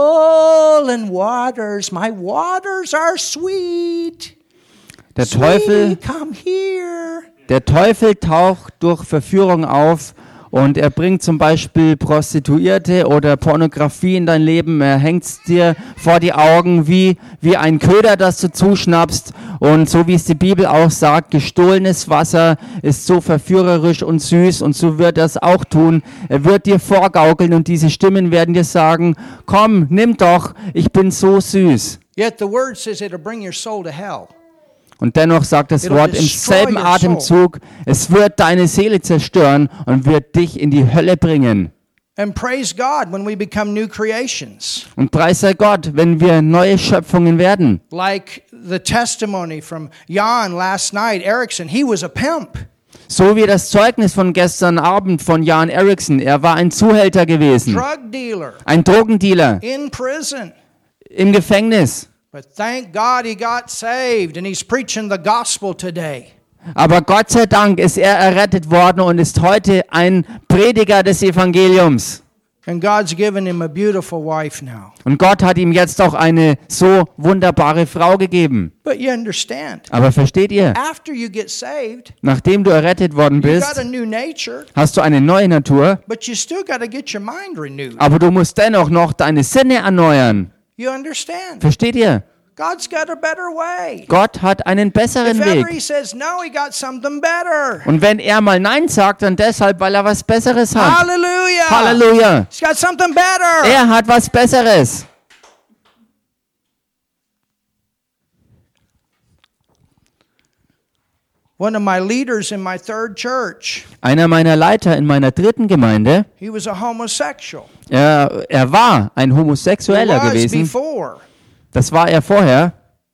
"Stolen waters, my waters are sweet." Der Teufel, Sweet, come here. der Teufel taucht durch Verführung auf und er bringt zum Beispiel Prostituierte oder Pornografie in dein Leben. Er hängt es dir vor die Augen wie ein Köder, das du zuschnappst. Und so wie es die Bibel auch sagt, gestohlenes Wasser ist so verführerisch und süß und so wird er es auch tun. Er wird dir vorgaukeln und diese Stimmen werden dir sagen, komm, nimm doch, ich bin so süß. Yet the word says it'll bring your soul to hell. Und dennoch sagt das It'll Wort im destroy selben your Atemzug, es wird deine Seele zerstören und wird dich in die Hölle bringen. And praise God when we become new creations. Und preis sei Gott, wenn wir neue Schöpfungen werden. Like the testimony from Jan last night, Erickson, he was a pimp. So wie das Zeugnis von gestern Abend von Jan Erickson. Er war ein Zuhälter gewesen, Drug dealer ein Drogendealer in prison. im Gefängnis. But thank God he got saved and he's preaching the gospel today. Aber Gott sei Dank ist er errettet worden und ist heute ein Prediger des Evangeliums. And God's given him a beautiful wife now. Und Gott hat ihm jetzt auch eine so wunderbare Frau gegeben. But you understand, Aber versteht ihr, after you get saved, nachdem du errettet worden you got bist, a new nature, hast du eine neue Natur, but you still got to get your mind renewed. aber du musst dennoch noch deine Sinne erneuern. You understand? Versteht ihr? God's got a better way. Gott hat einen besseren If ever he Weg. says no, he got something better. Und wenn er mal Nein sagt, dann deshalb, weil er was Besseres hat. Hallelujah. Halleluja. He's got something better. Er hat was Besseres. One of my leaders in my third church, Einer meiner Leiter in meiner dritten Gemeinde, he was a homosexual. er war ein He Homosexueller was gewesen. before, Das war er vorher,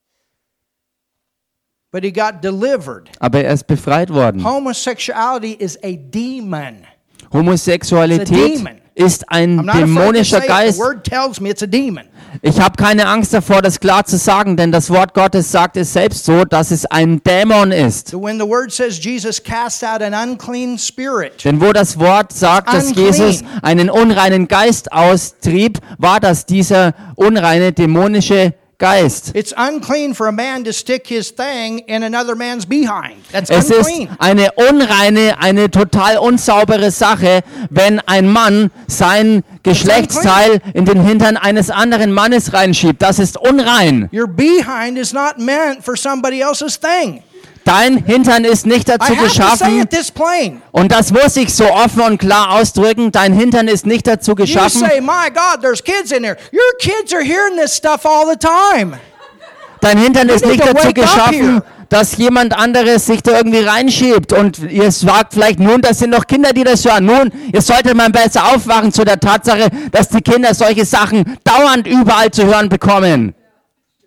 but he got delivered. aber er ist befreit worden. Homosexuality is a demon. Homosexualität It's a demon. ist ein I'm not afraid to dämonischer say it. Geist. The word tells me it's a demon. Ich habe keine Angst davor, das klar zu sagen, denn das Wort Gottes sagt es selbst so, dass es ein Dämon ist. So when the word says Jesus cast out an unclean spirit, Denn wo das Wort sagt, dass Unclean. Jesus einen unreinen Geist austrieb, war das dieser unreine dämonische Geist. it's unclean for a man to stick his thing in another man's behind. That's Es ist unclean. eine unreine, eine total unsaubere Sache, wenn ein Mann sein Geschlechtsteil in den Hintern eines anderen Mannes reinschiebt. Das ist unrein. Your behind is not meant for somebody else's thing. Dein Hintern ist nicht I dazu have to say geschaffen, it this plain. und das muss ich so offen und klar ausdrücken, dein Hintern ist nicht dazu You geschaffen, say, my God, there's kids in there. Your kids are hearing this stuff all the time. dein Hintern ist need nicht to dazu wake up geschaffen, here. dass jemand anderes sich da irgendwie reinschiebt und ihr sagt vielleicht, nun, das sind doch Kinder, die das hören. Nun, ihr solltet mal besser aufwachen zu der Tatsache, dass die Kinder solche Sachen dauernd überall zu hören bekommen.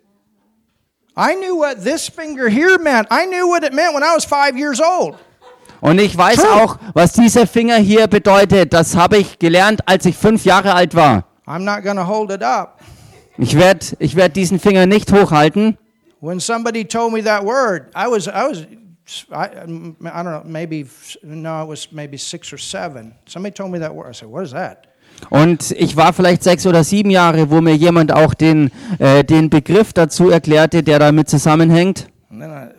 I knew what this finger here meant. I knew what it meant when I was 5 years old. Und ich weiß True. auch, was dieser Finger hier bedeutet. Das habe ich gelernt, als ich 5 Jahre alt war. I'm not going to hold it up. Ich werd diesen Finger nicht hochhalten. When somebody told me that word, I don't know, maybe 6 or 7. Somebody told me that word. I said, what is that? Und ich war vielleicht 6 oder 7 Jahre, wo mir jemand auch den Begriff dazu erklärte, der damit zusammenhängt. And then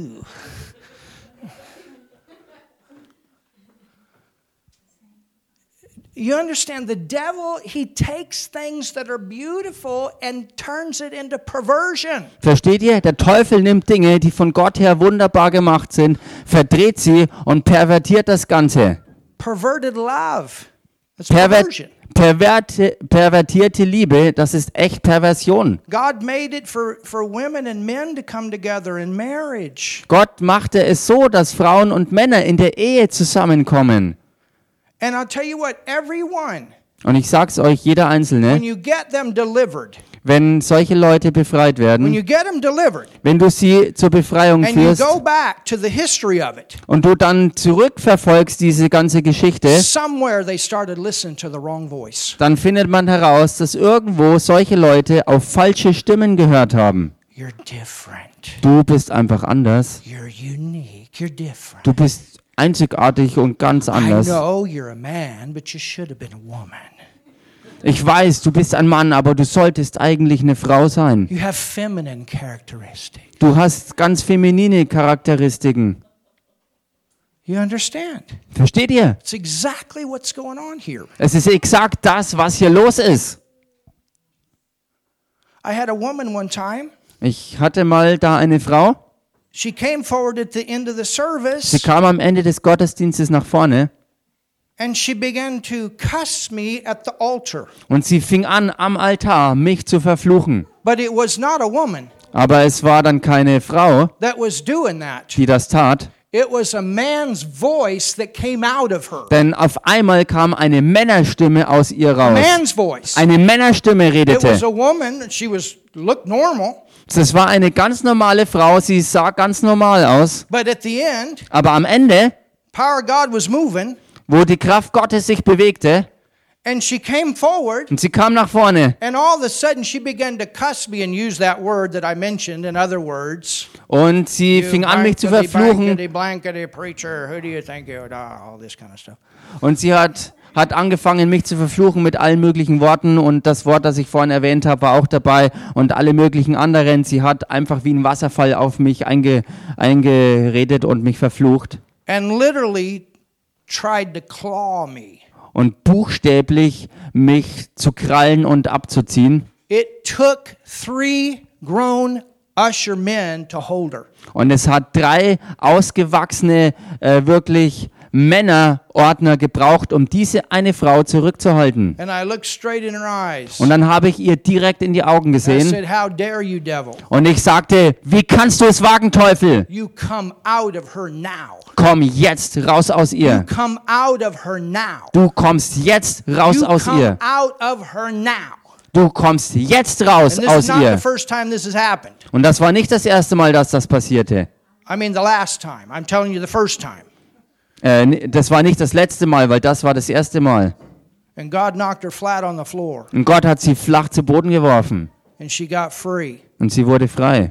You understand, the devil, he takes things that are beautiful and turns it into perversion. Versteht ihr? Der Teufel nimmt Dinge, die von Gott her wunderbar gemacht sind, verdreht sie und pervertiert das Ganze. Perverted love. That's perversion. Pervertierte Liebe, das ist echt Perversion. God made it for women and men to come together in marriage. Gott machte es so, dass Frauen und Männer in der Ehe zusammenkommen. And I'll tell you what, everyone, Und ich sag's euch, jeder when Einzelne, you get them delivered, wenn solche Leute befreit when werden, you get them delivered, wenn du sie zur Befreiung and you führst go back to the history of it, und du dann zurückverfolgst diese ganze Geschichte, somewhere they started listening to the wrong voice. dann findet man heraus, dass irgendwo solche Leute auf falsche Stimmen gehört haben. You're different. Du bist einfach anders. You're unique. You're different. Du bist einzigartig und ganz I anders. know you're a man, but you should have been a woman. Ich weiß, du bist ein Mann, aber du solltest eigentlich eine Frau sein. You have feminine characteristics. Du hast ganz feminine Charakteristiken. You understand? Versteht ihr? It's exactly what's going on here. Es ist exakt das, was hier los ist. I had a woman one time. Ich hatte mal da eine Frau. She came forward at the end of the Sie service kam am Ende des Gottesdienstes nach vorne and she began to cuss me at the altar. und sie fing an, am Altar mich zu verfluchen. But it was not a woman Aber es war dann keine Frau, that was doing that. die das tat, It was a man's voice that came out of her. denn auf einmal kam eine Männerstimme aus ihr raus. Man's voice. Eine Männerstimme It was redete. a woman. She looked normal, Das war eine ganz normale Frau, sie sah ganz normal aus. but at the end, Aber am Ende, power of God was moving, wo die Kraft Gottes sich bewegte and she came forward, und sie kam nach vorne and all of a sudden she began to cuss me and use that word that I mentioned in other words. und sie fing an, mich zu verfluchen Blankety preacher, who do you think you are? All this kind of stuff. und sie hat angefangen, mich zu verfluchen mit allen möglichen Worten und das Wort, das ich vorhin erwähnt habe, war auch dabei und alle möglichen anderen. Sie hat einfach wie ein Wasserfall auf mich eingeredet und mich verflucht And literally tried to claw me. und buchstäblich mich zu krallen und abzuziehen. It took 3 grown usher men to hold her. Und es hat 3 ausgewachsene, wirklich Männerordner gebraucht, um diese eine Frau zurückzuhalten. And I looked straight in her eyes. Und dann habe ich ihr direkt in die Augen I gesehen said, how dare you, devil? und ich sagte, wie kannst du es wagen, Teufel? You come out of her now. Komm jetzt raus aus You ihr. come out of her now. Du kommst jetzt raus You aus come ihr. out of her now. Du kommst jetzt raus And this is aus not the ihr. first time this has happened. Und das war nicht das erste Mal, dass das passierte. I mean the last time. I'm telling you the first time. Das war nicht das letzte Mal, weil das war das erste Mal. And God knocked her flat on the floor. Und Gott hat sie flach zu Boden geworfen. And she got free. Und sie wurde frei.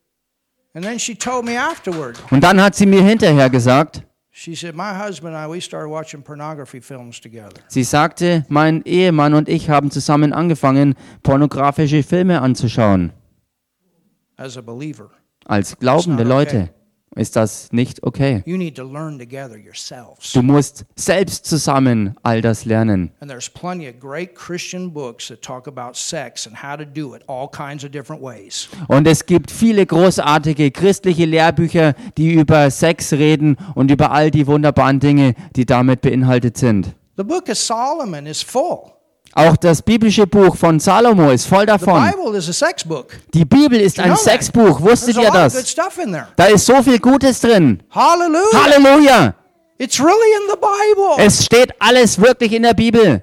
And then she told me afterward. Und dann hat sie mir hinterher gesagt, She said, my husband and I, we started watching pornography films together. sie sagte, mein Ehemann und ich haben zusammen angefangen, pornografische Filme anzuschauen. As a believer. Als glaubende It's not okay. Leute ist das nicht okay. You need to learn together yourselves. Du musst selbst zusammen all das lernen. And there's plenty of great Christian books that talk about sex and how to do it all kinds of different ways. Und es gibt viele großartige christliche Lehrbücher, die über Sex reden und über all die wunderbaren Dinge, die damit beinhaltet sind. The book of Solomon is full. Auch das biblische Buch von Salomo ist voll The davon. Bible is a sex book. Die Bibel ist ein know that? Sexbuch. Wusstet There's a ihr lot of good das? stuff in there. Da ist so viel Gutes drin. Hallelujah. Halleluja! It's really in the Bible. Es steht alles wirklich in der Bibel.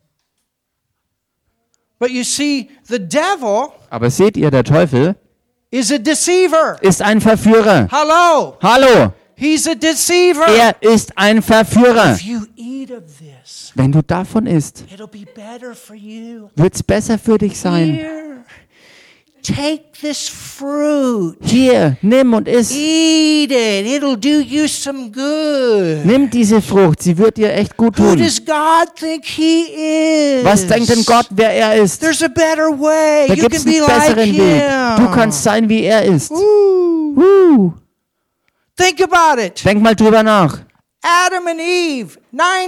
But you see, the devil Aber seht ihr, der Teufel is a deceiver. ist ein Verführer. Hello. Hallo, He's a deceiver. er ist ein Verführer. If you eat of this, Wenn du davon isst, it'll be better for you. wird es besser für dich sein. Here, take this fruit. Hier, nimm und iss. Eat it. It'll do you some good. Nimm diese Frucht, sie wird dir echt gut Who tun. does God think He is? Was denkt denn Gott, wer er ist? There's a better way. Da You gibt can es be einen like besseren Weg. Du kannst sein, wie er ist. Ooh. Think about it. Denk mal drüber nach. Adam and Eve,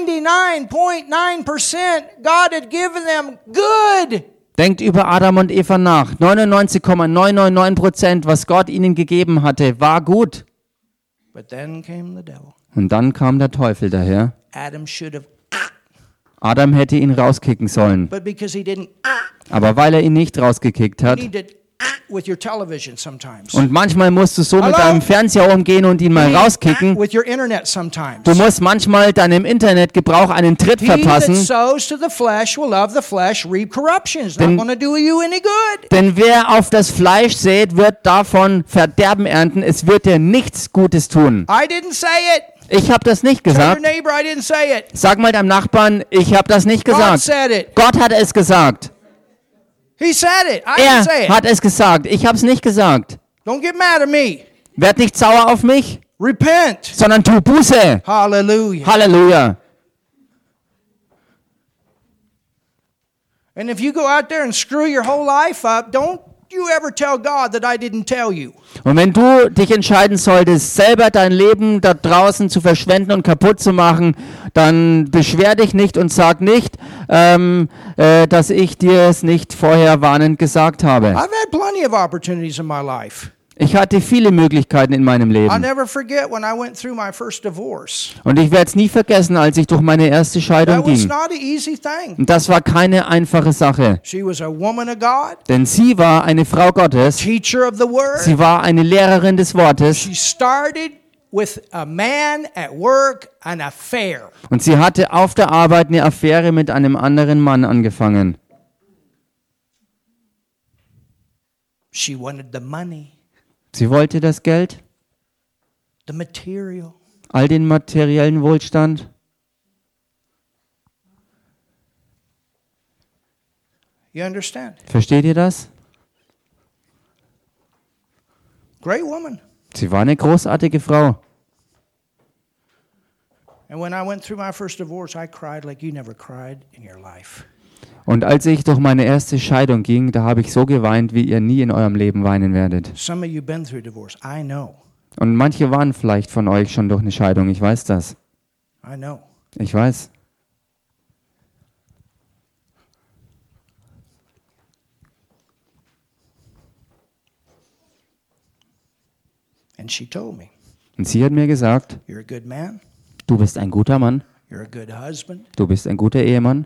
99.9%, God had given them good. Denkt über Adam und Eva nach. 99,999%, was Gott ihnen gegeben hatte, war gut. But then came the devil. Und dann kam der Teufel daher. Adam should have, Adam hätte ihn rauskicken sollen. but because he didn't, Aber weil er ihn nicht rausgekickt you hat. need to with your television sometimes. Und manchmal musst du so mit Hallo? deinem Fernseher umgehen und ihn mal You need to rauskicken. with your internet sometimes. Du musst manchmal deinem Internetgebrauch einen Tritt He that verpassen. sows to the flesh will of the flesh reap corruption. It's not Denn- going to do you any good. Denn wer auf das Fleisch sät, wird davon Verderben ernten. Es wird dir nichts Gutes tun. I didn't say it. Ich habe das nicht Tell your gesagt. neighbor I didn't say it. Sag mal deinem Nachbarn, ich habe das nicht God gesagt. said it. Gott hat es gesagt. He said it. I Er didn't say it. hat es gesagt. Ich habe es nicht gesagt. Don't get mad at me. Werd nicht sauer auf mich, Repent. sondern tu Buße. Hallelujah. Halleluja. And if you go out there and screw your whole life up, don't you ever tell God that I didn't tell you. Und wenn du dich entscheiden solltest, selber dein Leben da draußen zu verschwenden und kaputt zu machen, dann beschwer dich nicht und sag nicht, dass ich dir es nicht vorher warnend gesagt habe. I've had plenty of opportunities in my life. Ich hatte viele Möglichkeiten in meinem I'll Leben. never forget when I went through my first divorce. Und ich werde es nie vergessen, als ich durch meine erste Scheidung That was ging. not an easy thing. Und das war keine einfache Sache. She was a woman of God, Denn sie war eine Frau Gottes. teacher of the word. Sie war eine Lehrerin des Wortes. She started with a man at work, an affair. Und sie hatte auf der Arbeit eine Affäre mit einem anderen Mann angefangen. She wanted the money, Sie wollte das Geld, the material. all den materiellen Wohlstand. You understand? Versteht ihr das? Great woman. Sie war eine großartige Frau. And when I went through my first divorce, I cried like you never cried in your life. Und als ich durch meine erste Scheidung ging, da habe ich so geweint, wie ihr nie in eurem Leben weinen werdet. Some of you been through divorce. I know. Und manche waren vielleicht von euch schon durch eine Scheidung, ich weiß das. I know. Ich weiß. And she told me, Und sie hat mir gesagt, you're a good man. du bist ein guter Mann, You're a good husband. du bist ein guter Ehemann,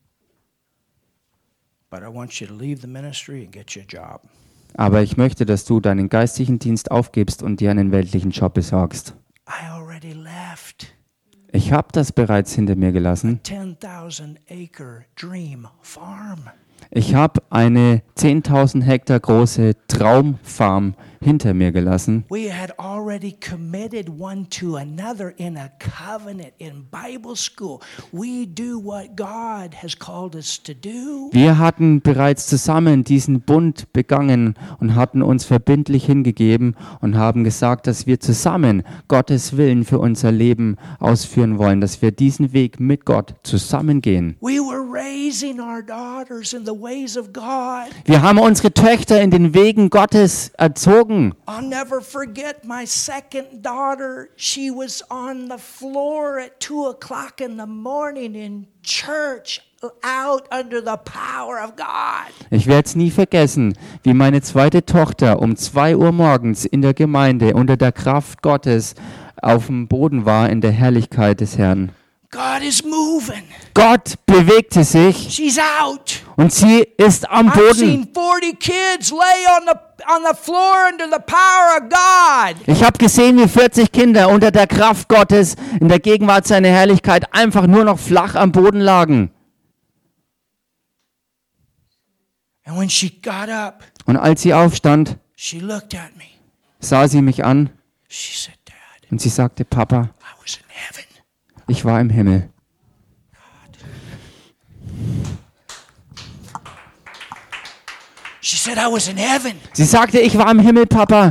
But I want you to leave the ministry and get you a job. aber ich möchte, dass du deinen geistlichen Dienst aufgibst und dir einen weltlichen Job besorgst. I already left Ich habe das bereits hinter mir gelassen. 10,000 acre dream farm. Ich habe eine 10.000 Hektar große Traumfarm hinter mir gelassen. We had already committed one to another in a covenant in Bible school. We do what God has called us to do. Wir hatten bereits zusammen diesen Bund begangen und hatten uns verbindlich hingegeben und haben gesagt, dass wir zusammen Gottes Willen für unser Leben ausführen wollen, dass wir diesen Weg mit Gott zusammengehen. We were raising our daughters in the ways of God. Wir haben unsere Töchter in den Wegen Gottes erzogen. I'll never forget my second daughter. She was on the floor at 2:00 in the morning in church, out under the power of God. Ich werde es nie vergessen, wie meine zweite Tochter um 2 Uhr morgens in der Gemeinde unter der Kraft Gottes auf dem Boden war in der Herrlichkeit des Herrn. God is moving. Gott bewegte sich She's out. und sie ist am I've Boden. seen 40 kids lay on the floor under the power of God. Ich habe gesehen, wie 40 Kinder unter der Kraft Gottes in der Gegenwart seiner Herrlichkeit einfach nur noch flach am Boden lagen. And when she got up, Und als sie aufstand, She looked at me. sah sie mich an She said, Dad, und sie sagte, Papa, I was in heaven. ich war im Himmel. She said, I was in heaven. Sie sagte, ich war im Himmel, Papa.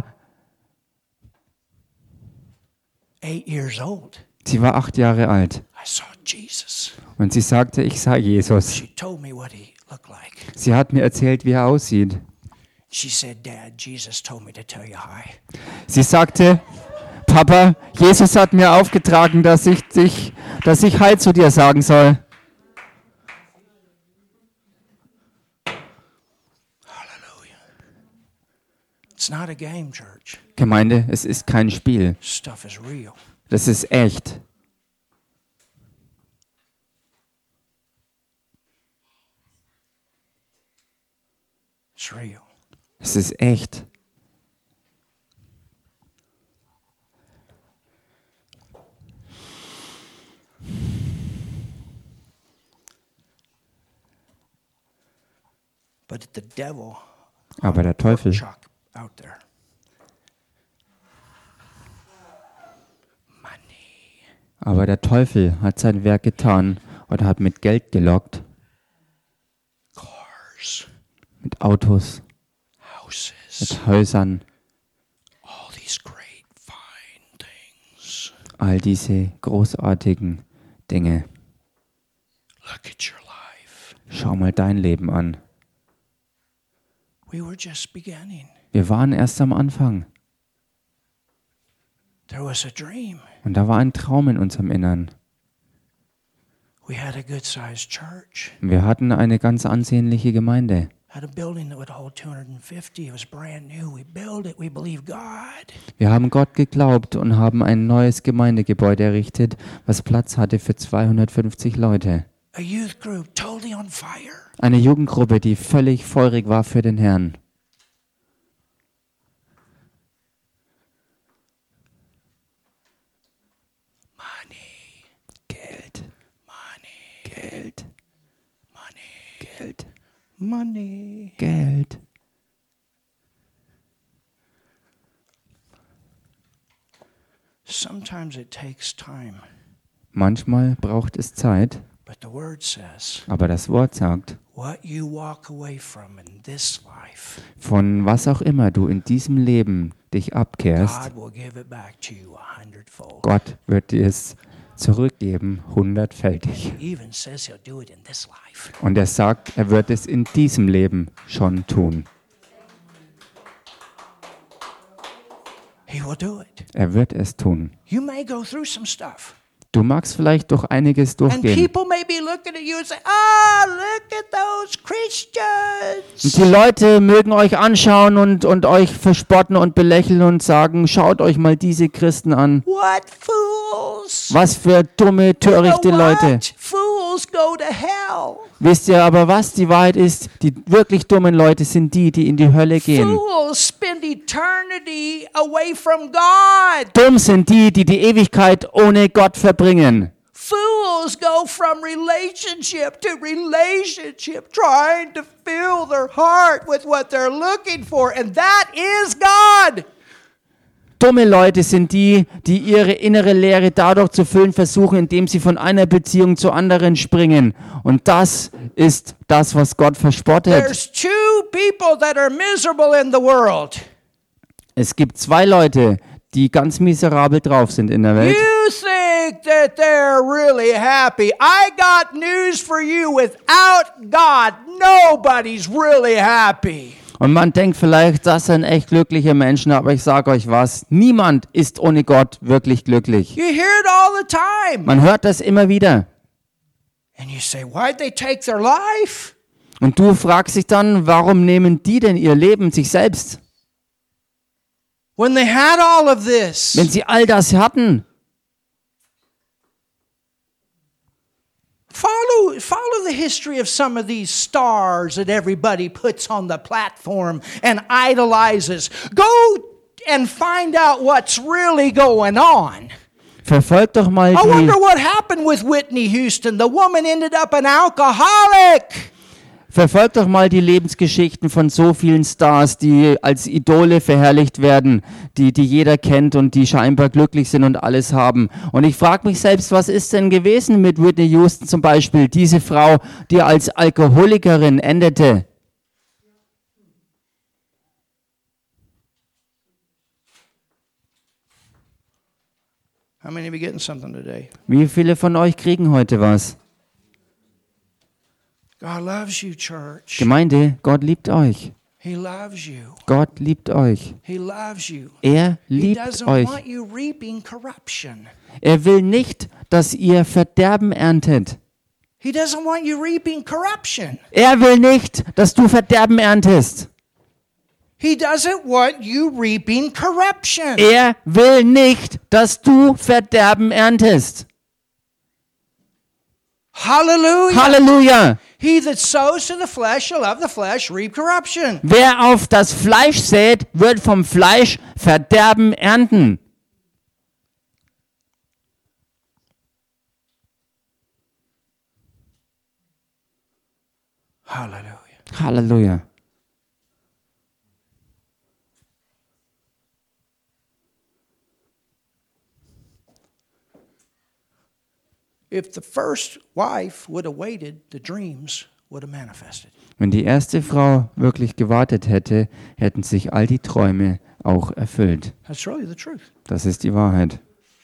8 years old. Sie war 8 Jahre alt I saw Jesus. und sie sagte, ich sah Jesus. She told me what he looked like. Sie hat mir erzählt, wie er aussieht. She said, Dad, Jesus told me to tell you hi. Sie sagte, Papa, Jesus hat mir aufgetragen, dass ich Hi zu dir sagen soll. Hallelujah. It's not a game, church. Gemeinde, es ist kein Spiel. Stuff is real. Das ist echt. It's real. Es ist echt. But the devil, Aber der Teufel, Chuck, out there. Money. aber der Teufel hat sein Werk getan und hat mit Geld gelockt, Cars. mit Autos, Houses. mit Häusern, All these great, fine things. all diese großartigen Dinge. Look at your life. Schau mal dein Leben an. We were just beginning. Wir waren erst am Anfang There was a dream. und da war ein Traum in unserem Innern. We had a good-sized church. Wir hatten eine ganz ansehnliche Gemeinde. Had a building that would hold 250. It was brand new. We built it. We believed God. Wir haben Gott geglaubt und haben ein neues Gemeindegebäude errichtet, was Platz hatte für 250 Leute. A youth group totally on fire. Eine Jugendgruppe, die völlig feurig war für den Herrn. Money, Geld, money, Geld, money, Geld, money. Geld. Sometimes it takes time, Manchmal braucht es Zeit, but the word says, aber das Wort sagt, what you walk away from in this life, von was auch immer du in diesem Leben dich abkehrst, God will give it back to you 100-fold. Gott wird dir es zurückgeben, 100-fältig. He even says he'll do it in this life. Und er sagt, er wird es in diesem Leben schon tun. He will do it. Er wird es tun. You may go through some stuff. Du magst vielleicht durch einiges And durchgehen. people may be looking at you and say, look at those Christians. Und die Leute mögen euch anschauen und euch verspotten und belächeln und sagen, schaut euch mal diese Christen an. What fools. Was für dumme, törichte You know Leute. what? Fools go to hell. Wisst ihr aber, was die Wahrheit ist? Die wirklich dummen Leute sind die, die in die Hölle gehen. Fools spend eternity away from God. Dumm sind die, die die Ewigkeit ohne Gott verbringen. Fools go from relationship to relationship, trying to fill their heart with what they're looking for, and that is God. Dumme Leute sind die, die ihre innere Leere dadurch zu füllen versuchen, indem sie von einer Beziehung zur anderen springen. Und das ist das, was Gott verspottet. There's two people that are miserable in the world. Es gibt 2 Leute, die ganz miserabel drauf sind in der Welt. You think that they're really happy. I got news for you. Without God, nobody's really happy. Und man denkt vielleicht, das sind echt glückliche Menschen, aber ich sage euch was, niemand ist ohne Gott wirklich glücklich. You hear it all the time. Man hört das immer wieder. And you say, why'd they take their life? Und du fragst dich dann, warum nehmen die denn ihr Leben sich selbst, When they had all of this. wenn sie all das hatten? Follow the history of some of these stars that everybody puts on the platform and idolizes. Go and find out what's really going on. Verfolgt doch mal I wonder die, what happened with Whitney Houston. The woman ended up an alcoholic. Verfolgt doch mal die Lebensgeschichten von so vielen Stars, die als Idole verherrlicht werden, die jeder kennt und die scheinbar glücklich sind und alles haben. Und ich frage mich selbst, was ist denn gewesen mit Whitney Houston zum Beispiel, diese Frau, die als Alkoholikerin endete? How many of you getting something today? Wie viele von euch kriegen heute was? God loves you, church. Gemeinde, Gott liebt euch. He loves you. Gott liebt euch. He loves you. Er He liebt doesn't euch. want you reaping corruption. Er will nicht, dass ihr Verderben erntet. He doesn't want you reaping corruption. Er will nicht, dass du Verderben erntest. He doesn't want you reaping corruption. Er will nicht, dass du Verderben erntest. Hallelujah. Halleluja! He that sows to the flesh shall of the flesh reap corruption. Wer auf das Fleisch sät, wird vom Fleisch Verderben ernten. Hallelujah. Halleluja. If the first wife would have waited, the dreams would have manifested. Wenn die erste Frau wirklich gewartet hätte, hätten sich all die Träume auch erfüllt. That's really the truth. Das ist die Wahrheit.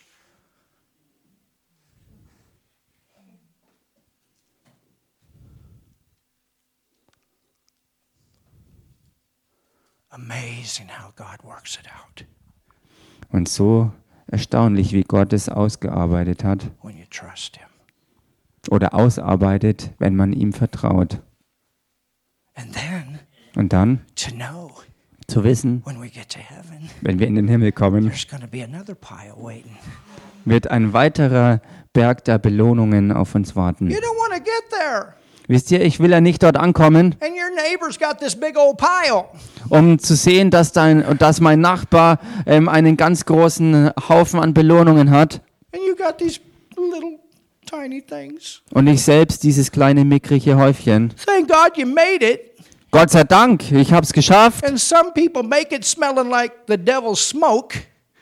Amazing how God works it out Und so erstaunlich, wie Gott es ausgearbeitet hat when you trust Him. oder ausarbeitet, wenn man ihm vertraut. And then Und dann to know zu wissen, when we get to heaven, wenn wir in den Himmel kommen, there's going to be another pile waiting. wird ein weiterer Berg der Belohnungen auf uns warten. You don't want to get there. Wisst ihr, ich will ja nicht dort ankommen, And your neighbor's got this big old pile. um zu sehen, dass mein Nachbar einen ganz großen Haufen an Belohnungen hat And you got these little tiny things. und ich selbst dieses kleine mickrige Häufchen. Thank God you made it. Gott sei Dank, ich habe es geschafft. And some people make it smelling like the devil's smoke,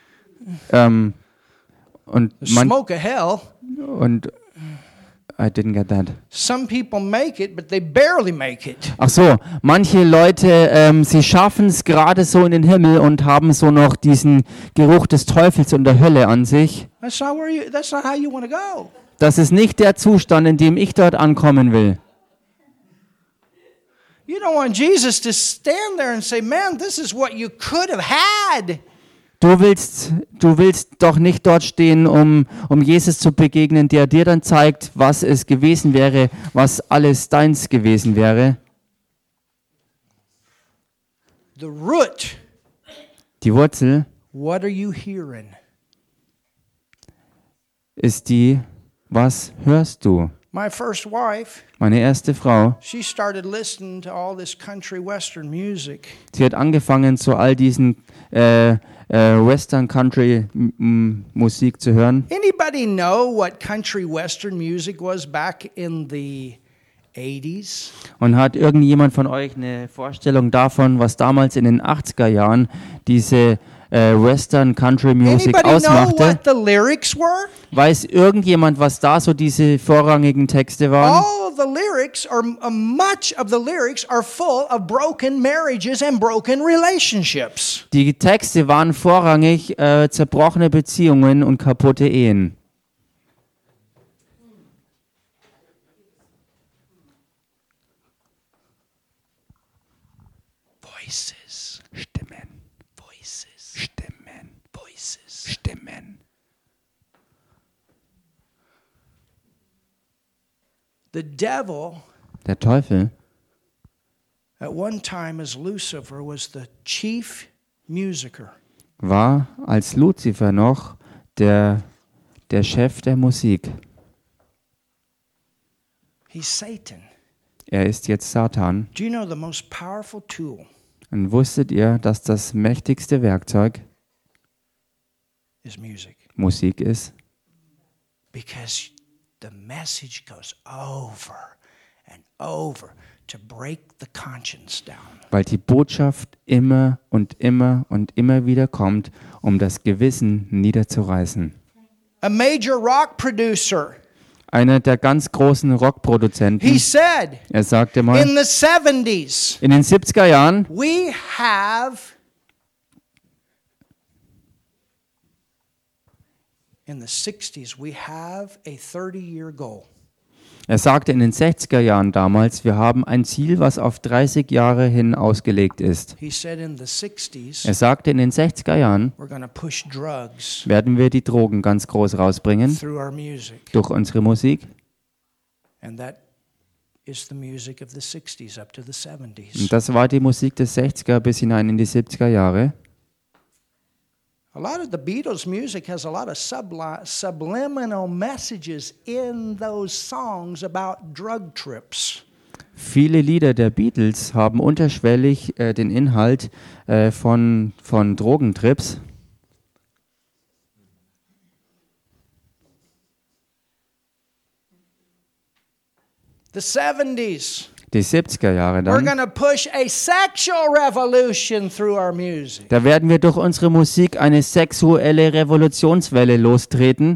Und the smoke of hell. I didn't get that. Some people make it, but they barely make it. Ach so, manche Leute, sie schaffen es gerade so in den Himmel und haben so noch diesen Geruch des Teufels und der Hölle an sich. That's not how you want to go. Das ist nicht der Zustand, in dem ich dort ankommen will. You don't want Jesus to stand there and say, "Man, this is what you could have had." Du willst doch nicht dort stehen, um Jesus zu begegnen, der dir dann zeigt, was es gewesen wäre, was alles deins gewesen wäre. The root. Die Wurzel What are you hearing? ist die, was hörst du? My first wife, Meine erste Frau, she started listening to all this country western music. sie hat angefangen, zu all diesen Western Country Musik zu hören. Anybody know what country western music was back in the 80s? Und hat irgendjemand von euch eine Vorstellung davon, was damals in den 80er Jahren diese Western Country Music Anybody know ausmachte? what the lyrics were? Weiß irgendjemand, was da so diese vorrangigen Texte waren? All of the lyrics, or much of the lyrics, are full of broken marriages and broken relationships. Die Texte waren vorrangig zerbrochene Beziehungen und kaputte Ehen. Voices, Stimmen, voices, Stimmen, voices. Stimmen. The devil, Der Teufel at one time as Lucifer, was the chief musicer. war als Luzifer noch der Chef der Musik. He's Satan. Er ist jetzt Satan. Do you know the most powerful tool Und wusstet ihr, dass das mächtigste Werkzeug is music? Musik ist? Because the message goes over and over to break the conscience down. Weil die Botschaft immer und immer und immer wieder kommt, um das Gewissen niederzureißen. A major rock producer, Einer der ganz großen he Rockproduzenten, said er sagte mal, in the 70s, in den 70er Jahren, we have in the 60s we have a 30-year goal. er sagte in den 60er Jahren damals, wir haben ein Ziel, was auf 30 Jahre hin ausgelegt ist. He said in the 60s Er sagte, in den 60er Jahren we're going to push drugs werden wir die Drogen ganz groß rausbringen through our music. durch unsere Musik. And that is the music of the 60s up to the 70s. Und das war die Musik des 60er bis hinein in die 70er Jahre. A lot of the Beatles' music has a lot of subliminal messages in those songs about drug trips. Viele Lieder der Beatles haben unterschwellig den Inhalt von Drogentrips. The 70s, Die 70er Jahre we're dann. going to push a sexual revolution through our music. Da werden wir durch unsere Musik eine sexuelle Revolutionswelle lostreten.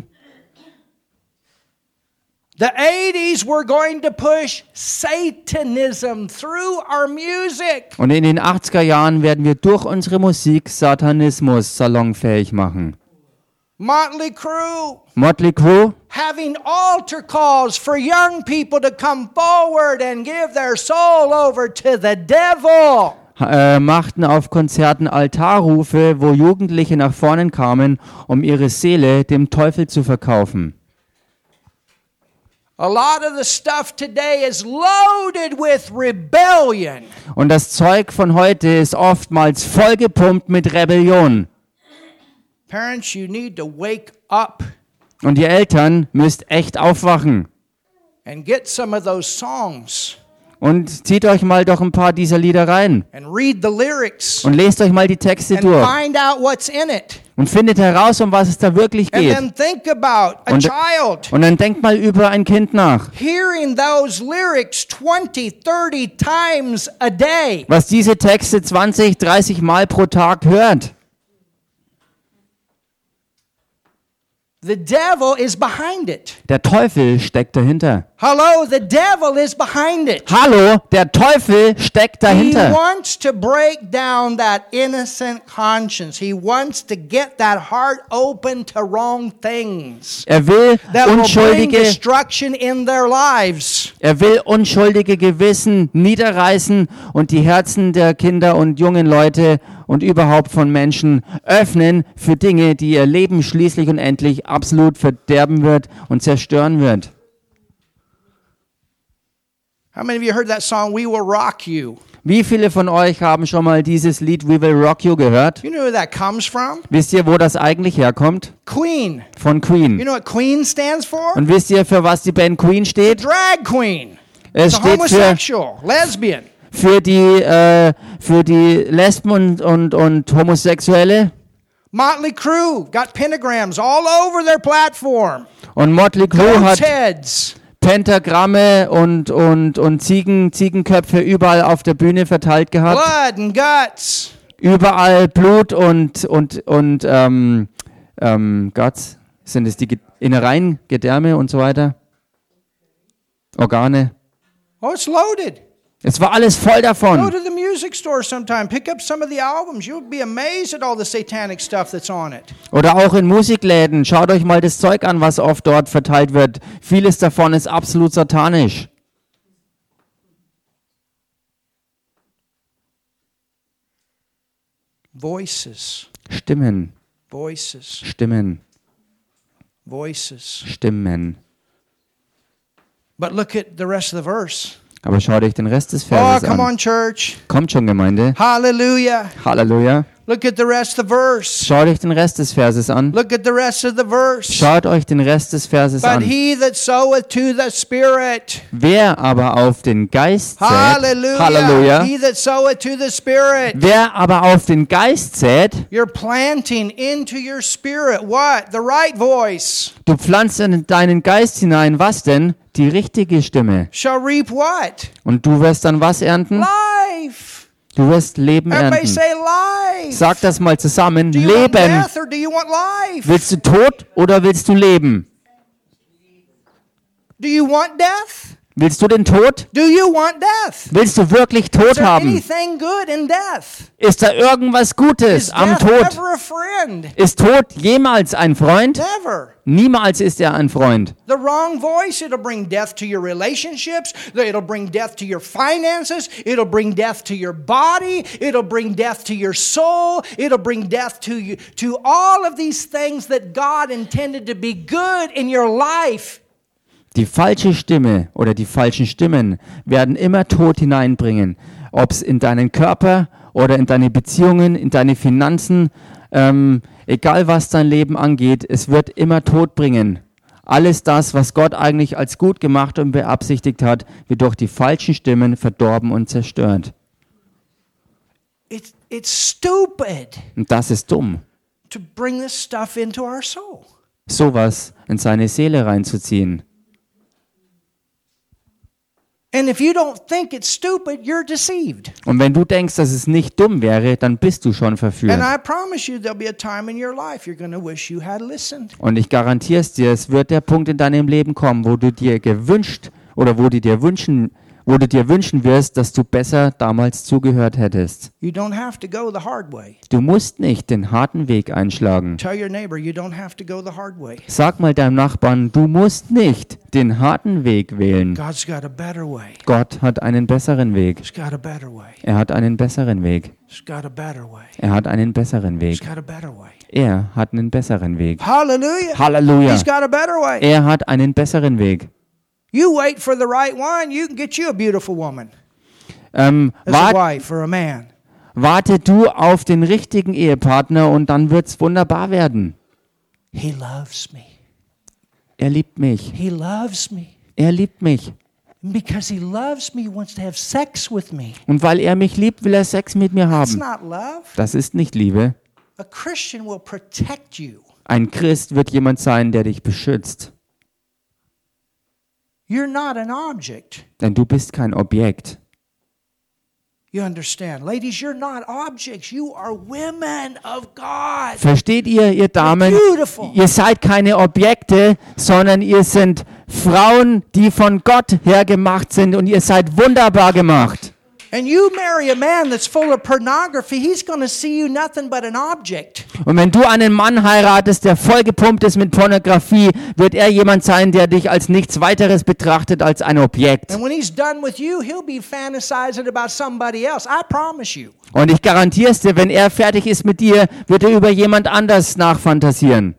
The 80s, we're going to push Satanism through our music. Und in den 80er Jahren werden wir durch unsere Musik Satanismus salonfähig machen. Motley Crue, Motley Crue having altar calls for young people to come forward and give their soul over to the devil. Machten auf Konzerten Altarrufe, wo Jugendliche nach vorne kamen, um ihre Seele dem Teufel zu verkaufen. A lot of the stuff today is loaded with rebellion. Und das Zeug von heute ist oftmals vollgepumpt mit Rebellion. Parents, you need to wake up Und ihr Eltern müsst echt aufwachen. and get some of those songs Und zieht euch mal doch ein paar dieser Lieder rein. and read the lyrics Und lest euch mal die Texte and durch. find out what's in it. Und findet heraus, um was es da wirklich And geht. then think about a Und- child Und dann denkt mal über ein Kind nach. hearing those lyrics 20, 30 times a day. Was diese Texte 20, 30 Mal pro Tag hört. The devil is behind it. Der Teufel steckt dahinter. Hello, the devil is behind it. Hallo, der Teufel steckt He dahinter. wants to break down that innocent conscience. He wants to get that heart open to wrong things Er will that will bring unschuldige, destruction in their lives. unschuldige Gewissen niederreißen und die Herzen der Kinder und jungen Leute und überhaupt von Menschen öffnen für Dinge, die ihr Leben schließlich und endlich absolut verderben wird und zerstören wird. How many of you heard that song, We Will Rock You? Wie viele von euch haben schon mal dieses Lied We Will Rock You gehört? You know where that comes from? Wisst ihr, wo das eigentlich herkommt? Queen. Von You Queen. know what Queen stands for? Und wisst ihr, für was die Band Queen steht? Drag queen. Es It's a steht homosexual, lesbian. für die Lesben und Homosexuelle. Motley Crue got pentagrams all over their platform. Und Motley Crue Goat's hat heads. Pentagramme und Ziegenköpfe überall auf der Bühne verteilt gehabt. Blood and guts. Überall Blut und Guts. Sind es die Innereien, Gedärme und so weiter? Organe. Oh, it's loaded. Es war alles voll Go davon. to the music store sometime. Pick up some of the albums. You'll be amazed at all the satanic stuff that's on it. Oder auch in Musikläden. Schaut euch mal das Zeug an, was oft dort verteilt wird. Vieles davon ist absolut satanisch. Voices. Stimmen, Voices. Stimmen, Voices. Stimmen. But look at the rest of the verse. Aber schaut euch den Rest des Oh, Verses come an. on, church. Kommt schon, Gemeinde. Hallelujah. Halleluja. Look at the rest of the verse. Schaut euch den Rest des Verses an. Look at the rest of the verse. Schaut euch den Rest des Verses But an. he that soweth to the Spirit. Wer aber auf den Geist sät, Hallelujah. Halleluja. He that soweth to the Spirit. Wer aber auf den Geist sät, You're planting into your spirit what? The right voice. du pflanzt in deinen Geist hinein, was denn? Die richtige Stimme. Shall reap what? Und du wirst dann was ernten? Life. Du wirst Leben Everybody ernten. say life. Sag das mal zusammen. Do you want Leben. death or do you want life? Willst du Tod oder willst du leben? Do you want death? Willst du den Tod? Do you want death? Willst du wirklich Is Tod there haben? anything good in death? Ist da irgendwas Gutes Is am death Tod? ever a friend? Ist Tod jemals ein Freund? Never. Niemals ist er ein Freund. The wrong voice, it'll bring death to your relationships, it'll bring death to your finances, it'll bring death to your body, it'll bring death to your soul, it'll bring death to you, to all of these things that God intended to be good in your life. Die falsche Stimme oder die falschen Stimmen werden immer Tod hineinbringen. Ob es in deinen Körper oder in deine Beziehungen, in deine Finanzen, egal was dein Leben angeht, es wird immer Tod bringen. Alles das, was Gott eigentlich als gut gemacht und beabsichtigt hat, wird durch die falschen Stimmen verdorben und zerstört. It's stupid Und das ist dumm, to bring this stuff into our soul. sowas in seine Seele reinzuziehen. And if you don't think it's stupid, you're deceived. Und wenn du denkst, dass es nicht dumm wäre, dann bist du schon verführt. And I promise you, there'll be a time in your life you're going to wish you had listened. Und ich garantiere es dir, es wird der Punkt in deinem Leben kommen, wo du dir gewünscht oder wo du dir wünschen wirst, dass du besser damals zugehört hättest. You don't have to go the hard way. Du musst nicht den harten Weg einschlagen. Tell your neighbor you don't have to go the hard way. Sag mal deinem Nachbarn, du musst nicht den harten Weg wählen. God's got a better way. Gott hat einen besseren Weg. He's got a better way. Er hat einen besseren Weg. He's got a better way. Er hat einen besseren He's Weg. got a better way. Er hat einen besseren Weg. Hallelujah. Halleluja. He's got a better way. Er hat einen besseren Weg. You wait for the right one, you can get you a beautiful woman as a Wart, wife or a man. warte du auf den richtigen Ehepartner und dann wird's wunderbar werden. He loves me. Er liebt mich. He loves me. Er liebt mich. And because he loves me, he wants to have sex with me. Und weil er mich liebt, will er Sex mit mir That's haben. not love. Das ist nicht Liebe. A Christian will protect you. Ein Christ wird jemand sein, der dich beschützt. You're not an object. Denn du bist kein Objekt. You understand? Ladies, you're not objects. You are women of God. Versteht ihr Damen? Beautiful. Ihr seid keine Objekte, sondern ihr seid Frauen, die von Gott her gemacht sind und ihr seid wunderbar gemacht. And you marry a man that's full of pornography, he's going to see you nothing but an object. Und wenn du einen Mann heiratest, der vollgepumpt ist mit Pornografie, wird er jemand sein, der dich als nichts weiteres betrachtet als ein Objekt. And when he's done with you, he'll be fantasizing about somebody else. I promise you. Und ich garantiere es dir, wenn er fertig ist mit dir, wird er über jemand anders nachfantasieren.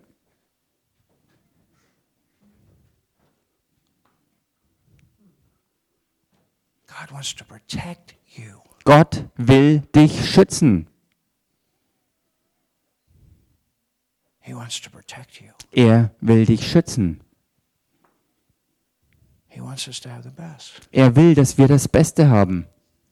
God wants to protect you. Gott will dich schützen. He wants to protect you. Er will dich schützen. He wants us to have the best. Er will, dass wir das Beste haben.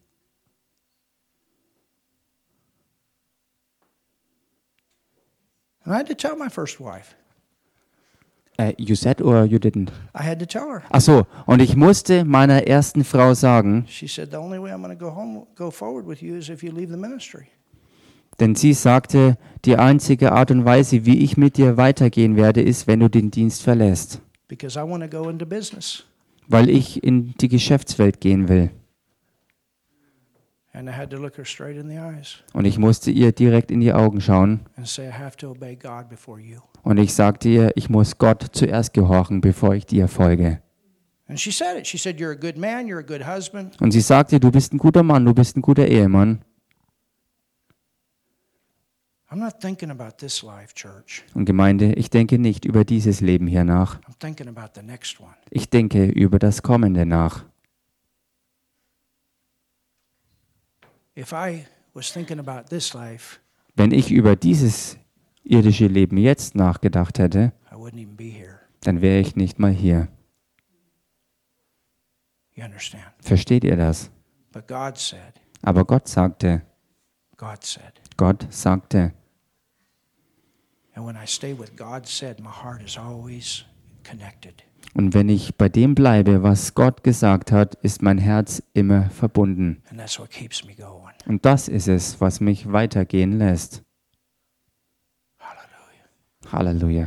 And I had to tell my first wife. You said or you didn't? I had to tell her. Ach so, und ich musste meiner ersten Frau sagen, She said, the only way I'm going to go forward with you is if you leave the ministry. denn sie sagte, die einzige Art und Weise, wie ich mit dir weitergehen werde, ist, wenn du den Dienst verlässt, Because I want to go into business. weil ich in die Geschäftswelt gehen will. And I had to look her straight in the eyes Und ich musste ihr direkt in die Augen schauen and say, I have to obey God before you. und ich sagte ihr, ich muss Gott zuerst gehorchen, bevor ich dir folge. And she said it. She said, you're a good man, you're a good husband. Und sie sagte, du bist ein guter Mann, du bist ein guter Ehemann. I'm not thinking about this life, church. Und Gemeinde, ich denke nicht über dieses Leben hier nach. I'm thinking about the next one. Ich denke über das Kommende nach. If I was thinking about this life, Wenn ich über dieses irdische Leben jetzt nachgedacht hätte, I wouldn't even be here. dann wäre ich nicht mal hier. You understand? Versteht ihr das? But God said, Aber Gott sagte, God said. And when I stay with God said, my heart is always connected. Und wenn ich bei dem bleibe, was Gott gesagt hat, ist mein Herz immer verbunden. And that's what keeps me going. Und das ist es, was mich weitergehen lässt. Hallelujah. Halleluja.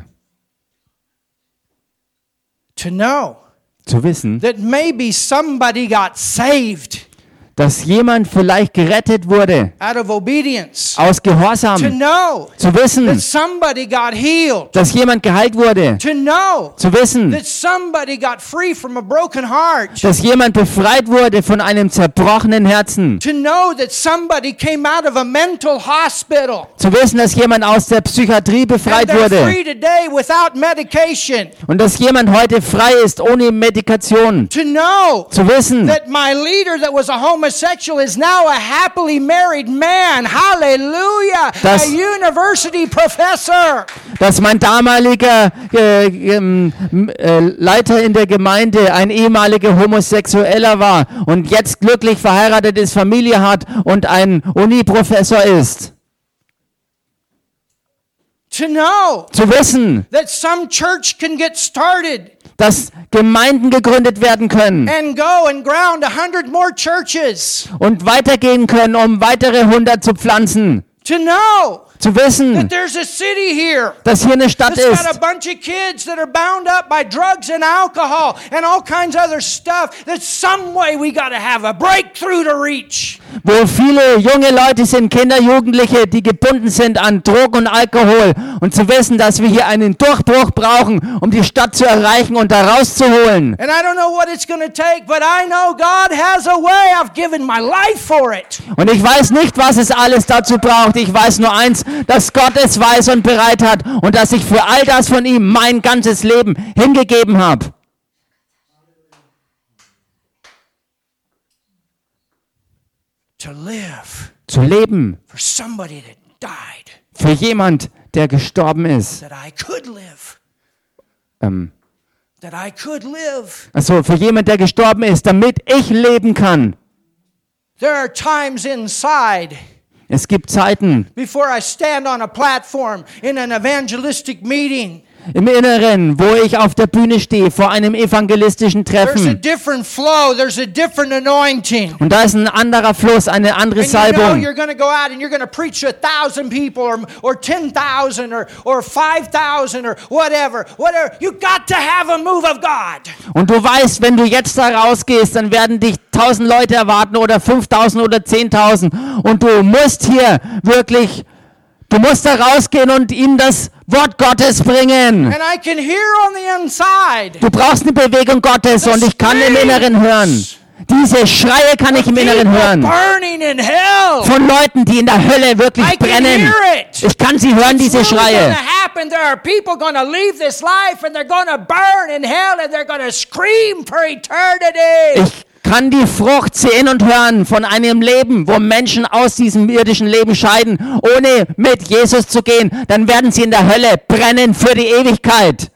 To know Zu wissen, that maybe somebody got saved dass jemand vielleicht gerettet wurde out of obedience. aus To Gehorsam. know Zu wissen, that somebody got healed. dass jemand geheilt wurde. To know Zu wissen, that somebody got free from a broken heart. dass jemand befreit wurde von einem zerbrochenen Herzen. To know that somebody came out of a mental hospital. Zu wissen, dass jemand aus der Psychiatrie And befreit they're wurde. free today without medication. Und dass jemand heute frei ist ohne Medikation. To know Zu wissen, that my leader that was a homosexual is now a happily married man. Hallelujah. Das- A university professor. dass mein damaliger Leiter in der Gemeinde ein ehemaliger Homosexueller war und jetzt glücklich verheiratet ist, Familie hat und ein Uni-Professor ist. To know Zu wissen, that some church can get started dass Gemeinden gegründet werden können and go and ground 100 more churches. und weitergehen können, um weitere 100 zu pflanzen. To know Zu wissen, that there's a city here dass hier eine Stadt that's got a ist, bunch of kids that are bound up by drugs and alcohol and all kinds of other stuff, that some way we got to have a breakthrough to reach. wo viele junge Leute sind, Kinder, Jugendliche, die gebunden sind an Drogen und Alkohol. Und zu wissen, dass wir hier einen Durchbruch brauchen, um die Stadt zu erreichen und da rauszuholen. And I don't know what it's going to take, but I know God has a way. I've given my life for it. Und ich weiß nicht, was es alles dazu braucht. Ich weiß nur eins, dass Gott es weiß und bereit hat und dass ich für all das von ihm mein ganzes Leben hingegeben habe. To live Zu leben for somebody that died, für jemand, der gestorben ist. that I could live. Ähm, That I could live. also für jemand, der gestorben ist, damit ich leben kann. There are times inside Es gibt Zeiten before I stand on a platform in an evangelistic meeting. im Inneren, wo ich auf der Bühne stehe vor einem evangelistischen There's a Treffen. different flow. There's a different anointing. Und da ist ein anderer Fluss, eine andere And you know Salbung. you're going to go out and you're going to preach to 1,000 people or 10,000 or 5,000 or whatever. You got to have a move of God. Und du weißt, wenn du jetzt da rausgehst, dann werden dich 1.000 Leute erwarten oder 5.000 oder 10.000. Und du musst hier wirklich, du musst da rausgehen und ihm das Wort Gottes bringen. And I can hear on the inside. Du brauchst eine Bewegung Gottes und ich kann im Inneren hören. Diese Schreie kann ich im Inneren People hören. burning in hell. Von Leuten, die in der Hölle wirklich I can brennen. hear it. Ich kann sie hören, diese It's really Schreie. gonna happen. There are people going to leave this life and they're going to burn in hell and they're going to scream for eternity. Ich kann die Frucht sehen und hören von einem Leben, wo Menschen aus diesem irdischen Leben scheiden, ohne mit Jesus zu gehen. Dann werden sie in der Hölle brennen für die Ewigkeit.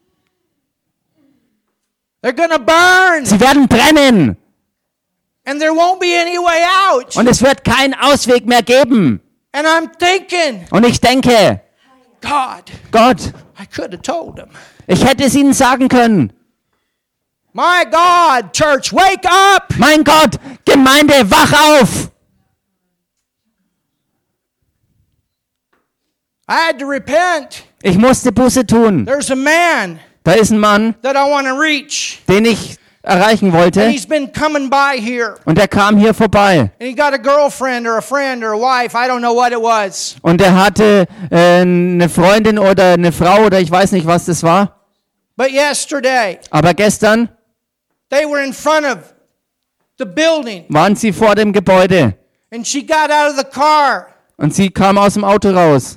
They're going to burn Sie werden brennen and there won't be any way out. und es wird keinen Ausweg mehr geben. And I'm thinking, Und ich denke, God, Gott, I could have told them. ich hätte es ihnen sagen können. My God, church, wake up. Mein Gott, Gemeinde, wach auf! I had to repent. Ich musste Buße tun. There's a man Da ist ein Mann, that I want to reach. den ich erreichen And wollte he's been coming by here. und der kam hier vorbei. And he got a girlfriend or a friend or a wife. I don't know what it was. Und er hatte eine Freundin oder eine Frau oder ich weiß nicht, was das war. But yesterday, Aber gestern they were in front of the building. waren sie vor dem Gebäude And she got out of the car. und sie kam aus dem Auto raus.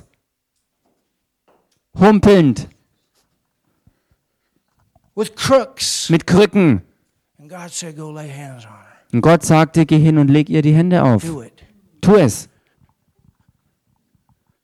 Humpelnd, With crooks. mit Krücken. And God said, go lay hands on her. Und Gott sagte, geh hin und leg ihr die Hände auf. Do it. Tu es.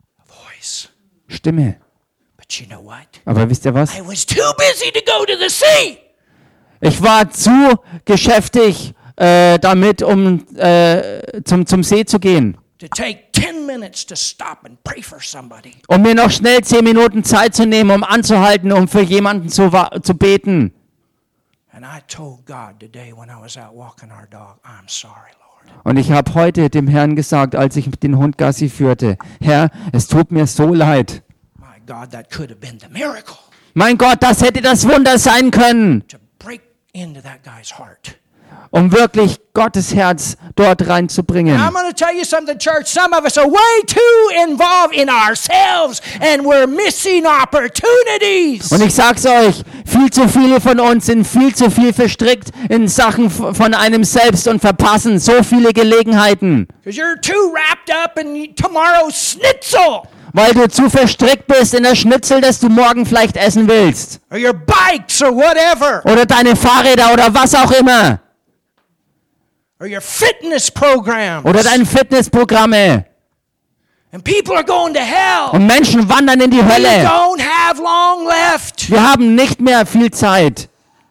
Stimme. But you know what? Aber wisst ihr was? I was too busy to go to the sea. Ich war zu geschäftig damit, um zum See zu gehen. To take 10 minutes to stop and pray for somebody. Um mir noch schnell 10 Minuten Zeit zu nehmen, um anzuhalten, um für jemanden zu beten. And I told God today when I was out walking our dog, I'm sorry, Lord. Und ich habe heute dem Herrn gesagt, als ich den Hund Gassi führte, Herr, es tut mir so leid. My God, that could have been the miracle Mein Gott, das hätte das Wunder sein können, to break into that guy's heart. um wirklich Gottes Herz dort reinzubringen. I'm going to tell you something, church. Some of us are way too involved in ourselves and we're missing opportunities. Und ich sag's euch, viel zu viele von uns sind viel zu viel verstrickt in Sachen von einem selbst und verpassen so viele Gelegenheiten, Because you're too wrapped up in tomorrow's schnitzel weil du zu verstrickt bist in das Schnitzel, das du morgen vielleicht essen willst. or your bikes or whatever Oder deine Fahrräder oder was auch immer. or your fitness programs. Oder deine Fitnessprogramme. And people are going to hell. Und Menschen wandern in die We Hölle. don't have long left. Wir haben nicht mehr viel Zeit.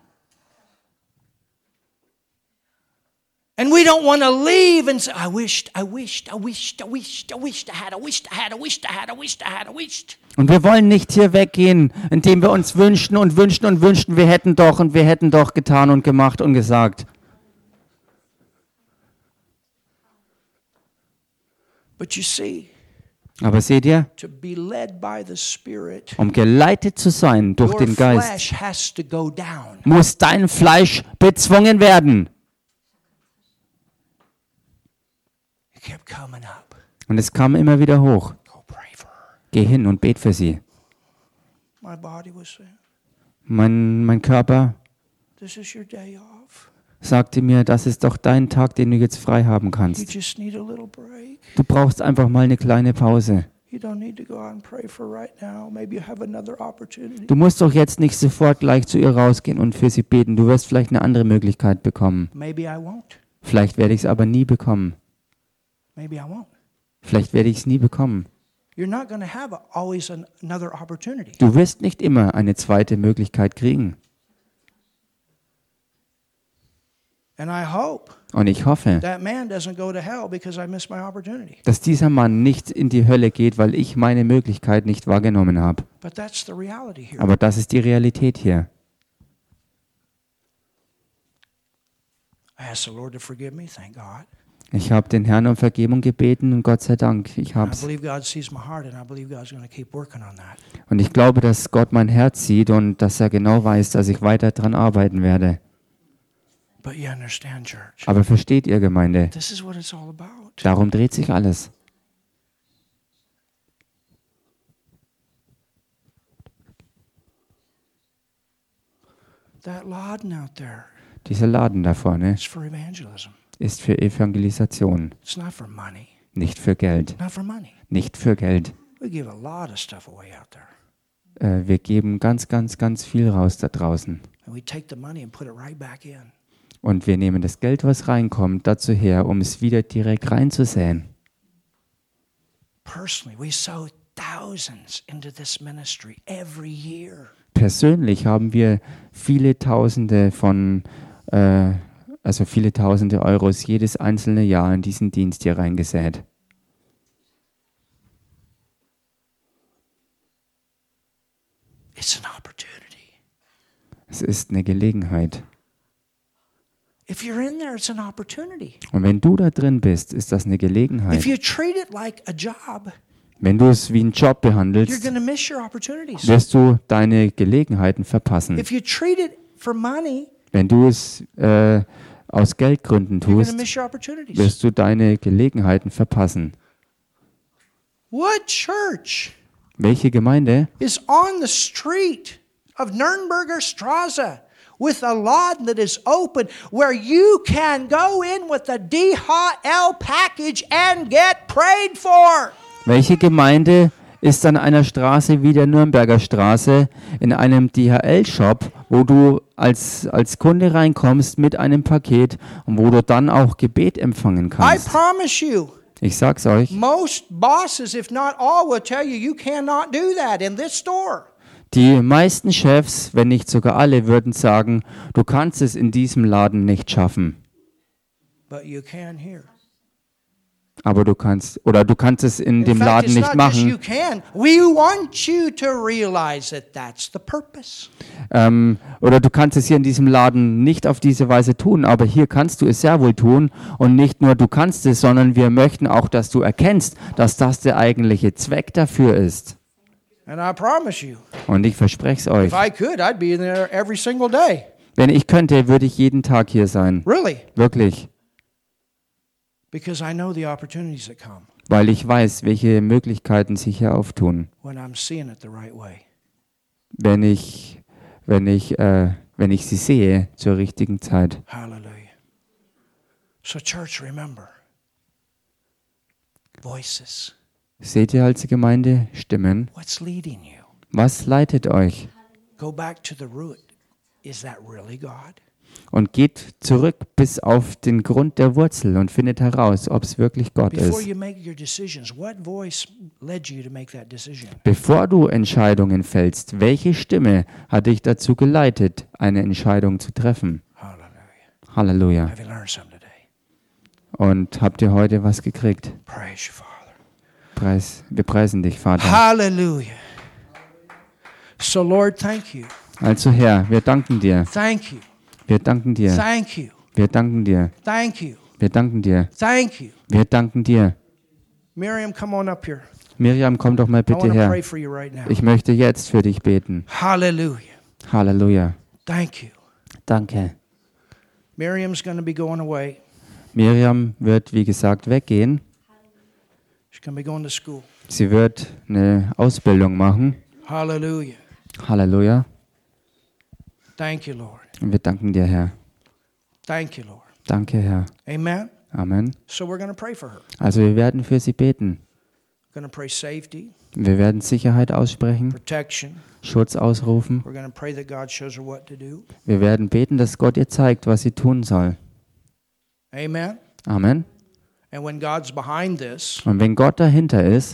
And we don't want to leave and say, I wished. Und wir wollen nicht hier weggehen, indem wir uns wünschen und wünschen und wünschen, wir hätten doch und wir hätten doch getan und gemacht und gesagt. But you see, Aber seht ihr, to be led by the Spirit, um geleitet zu sein durch your den Geist, flesh has to go down. muss dein Fleisch bezwungen werden. It kept coming up. Und es kam immer wieder hoch. Go pray for her. Geh hin und bet für sie. My body was saying, Mein Körper this is your day off. sagte mir, das ist doch dein Tag, den du jetzt frei haben You kannst. just need a little break. Du brauchst einfach mal eine kleine Pause. You don't need to go out and pray for right now. Maybe you have another opportunity. Du musst doch jetzt nicht sofort gleich zu ihr rausgehen und für sie beten. Du wirst vielleicht eine andere Möglichkeit bekommen. Maybe I won't. Vielleicht werde ich es aber nie bekommen. Maybe I won't. Vielleicht werde ich es nie bekommen. You're not going to have always another opportunity. Du wirst nicht immer eine zweite Möglichkeit kriegen. And I hope Und ich hoffe, that man doesn't go to hell because I missed my opportunity. dass dieser Mann nicht in die Hölle geht, weil ich meine Möglichkeit nicht wahrgenommen habe. But that's the reality here. Aber das ist die Realität hier. I asked the Lord to forgive me, thank God. Ich habe den Herrn um Vergebung gebeten und Gott sei Dank, ich And I hab's. believe God sees my heart and I believe God's going to keep working on that. Und ich glaube, dass Gott mein Herz sieht und dass er genau weiß, dass ich weiter dran arbeiten werde. But you understand, church, Aber versteht ihr, Gemeinde, this is what it's all about. darum dreht sich alles. That Laden out there Dieser Laden da vorne is for evangelism. ist für Evangelisation, It's not for money. nicht für Geld. Not for money. Nicht für Geld. We give a lot of stuff away out there. Wir geben ganz, ganz, ganz viel raus da draußen. And we take the money and put it right back in. Und wir nehmen das Geld, was reinkommt, dazu her, um es wieder direkt reinzusäen. Personally, we sow thousands into this ministry every year. Persönlich haben wir viele Tausende viele Tausende Euros jedes einzelne Jahr in diesen Dienst hier reingesät. It's an opportunity. Es ist eine Gelegenheit. If you're in there, it's an opportunity. Und wenn du da drin bist, ist das eine If Gelegenheit. you treat it like a job, Wenn du es wie einen Job you're behandelst, going to miss your opportunities. wirst du deine Gelegenheiten verpassen. If you treat it for money, Wenn du es aus Geldgründen you're going to tust, miss your opportunities. wirst du deine Gelegenheiten verpassen. What church Welche Gemeinde is on the street of Nürnberger Straße with a Laden that is open where you can go in with a DHL package and get prayed for? Welche Gemeinde ist an einer Straße wie der Nürnberger Straße in einem DHL-Shop, wo du als Kunde reinkommst mit einem Paket und wo du dann auch Gebet empfangen I kannst? promise you, Ich sag's euch, Most bosses, if not all, will tell you you cannot do that in this store. die meisten Chefs, wenn nicht sogar alle, würden sagen, du kannst es in diesem Laden nicht schaffen. But you can here. Aber du kannst es in In dem fact, Laden it's nicht not just you machen. can. We want you to realize that that's the purpose. Oder du kannst es hier in diesem Laden nicht auf diese Weise tun, aber hier kannst du es sehr wohl tun. Und nicht nur du kannst es, sondern wir möchten auch, dass du erkennst, dass das der eigentliche Zweck dafür ist. And I promise you, Und ich verspreche es euch. if I could, I'd be in there every single day. Wenn ich könnte, würde ich jeden Tag hier sein. Really. Wirklich. Because I know the opportunities that come Weil ich weiß, welche Möglichkeiten sich hier auftun, when I'm seeing it the right way. wenn ich sie sehe zur richtigen Zeit. Hallelujah. So, church, remember voices. Seht ihr als Gemeinde Stimmen? What's leading you? Was leitet euch? Go back to the root. Is that really God? Und geht zurück bis auf den Grund der Wurzel und findet heraus, ob es wirklich Gott Before ist. you make your decisions, what voice led you to make that decision? Bevor du Entscheidungen fällst, welche Stimme hat dich dazu geleitet, eine Entscheidung zu treffen? Hallelujah. Halleluja. Have you learned something today? Und habt ihr heute was gekriegt? Praise you, Father. Wir preisen dich, Vater. Hallelujah. So, Lord, thank you. Also Herr, wir danken dir. Thank you. Wir danken dir. Thank you. Wir danken dir. Thank you. Wir danken dir. Thank you. Wir danken dir. Miriam, come on up here. Miriam, komm doch mal I want bitte to her. pray for you right now. Ich möchte jetzt für dich beten. Hallelujah. Halleluja. Thank you. Danke. Miriam's going to be going away. Miriam wird, wie gesagt, weggehen. She's going to be going to school. Sie wird eine Ausbildung machen. Hallelujah. Halleluja. Thank you, Lord. Und wir danken dir, Herr. Thank you, Lord. Danke, Herr. Amen. Amen. So we're going to pray for her. Also wir werden für sie beten. We're going to pray safety, Wir werden Sicherheit aussprechen, protection. Schutz ausrufen. We're going to pray that God shows her what to do. Wir werden beten, dass Gott ihr zeigt, was sie tun soll. Amen. Amen. And when God's behind this, Und wenn Gott dahinter ist,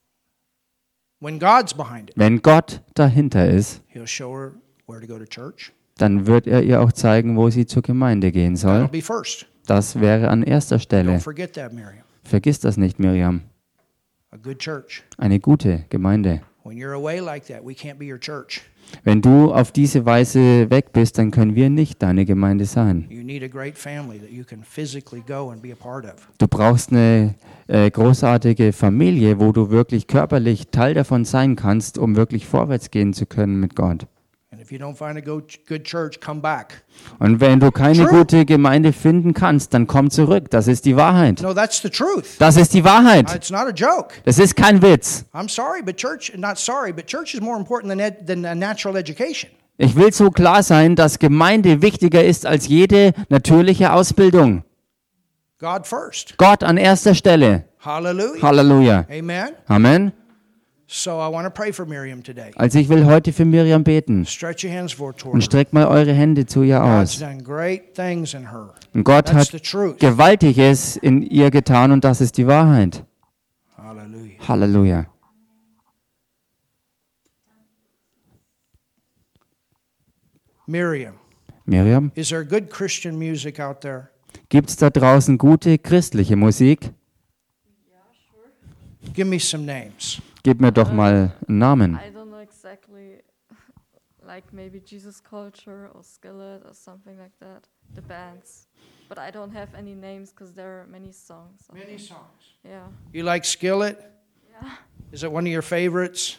when God's behind it, wenn Gott dahinter ist, He'll show her where to go to church. dann wird er ihr auch zeigen, wo sie zur Gemeinde gehen That'll soll. be first. Das wäre an erster Don't Stelle. forget that, Miriam. Vergiss das nicht, Miriam. A good church. Eine gute Gemeinde. When you're away like that, we can't be your church. Wenn du auf diese Weise weg bist, dann können wir nicht deine Gemeinde sein. You need a great family that you can physically go and be a part of. Du brauchst eine großartige Familie, wo du wirklich körperlich Teil davon sein kannst, um wirklich vorwärts gehen zu können mit Gott. And if you don't find a good church, come back. Und wenn du keine True. gute Gemeinde finden kannst, dann komm zurück. Das ist die Wahrheit. No, that's the truth. Das ist die Wahrheit. It's not a joke. Das ist kein Witz. I'm sorry, but church is more important than a natural education. Ich will so klar sein, dass Gemeinde wichtiger ist als jede natürliche Ausbildung. God first. Gott an erster Stelle. Hallelujah. Halleluja. Amen. Amen. So I want to pray for Miriam today. Also ich will heute für Miriam beten. Stretch your hands forward toward Und her. streckt mal eure Hände zu ihr God's aus. done great things in her. Und Gott That's hat the truth. Gewaltiges in ihr getan und das ist die Wahrheit. Hallelujah. Halleluja. Miriam, Miriam, is there good Christian music out there? gibt es da draußen gute christliche Musik? Give me some names. Gib mir doch mal einen Namen. I don't know exactly, like maybe Jesus Culture or Skillet or something like that, the bands. But I don't have any names because there are many songs. on Many them. songs. Yeah. You like Skillet? Yeah. Is it one of your favorites?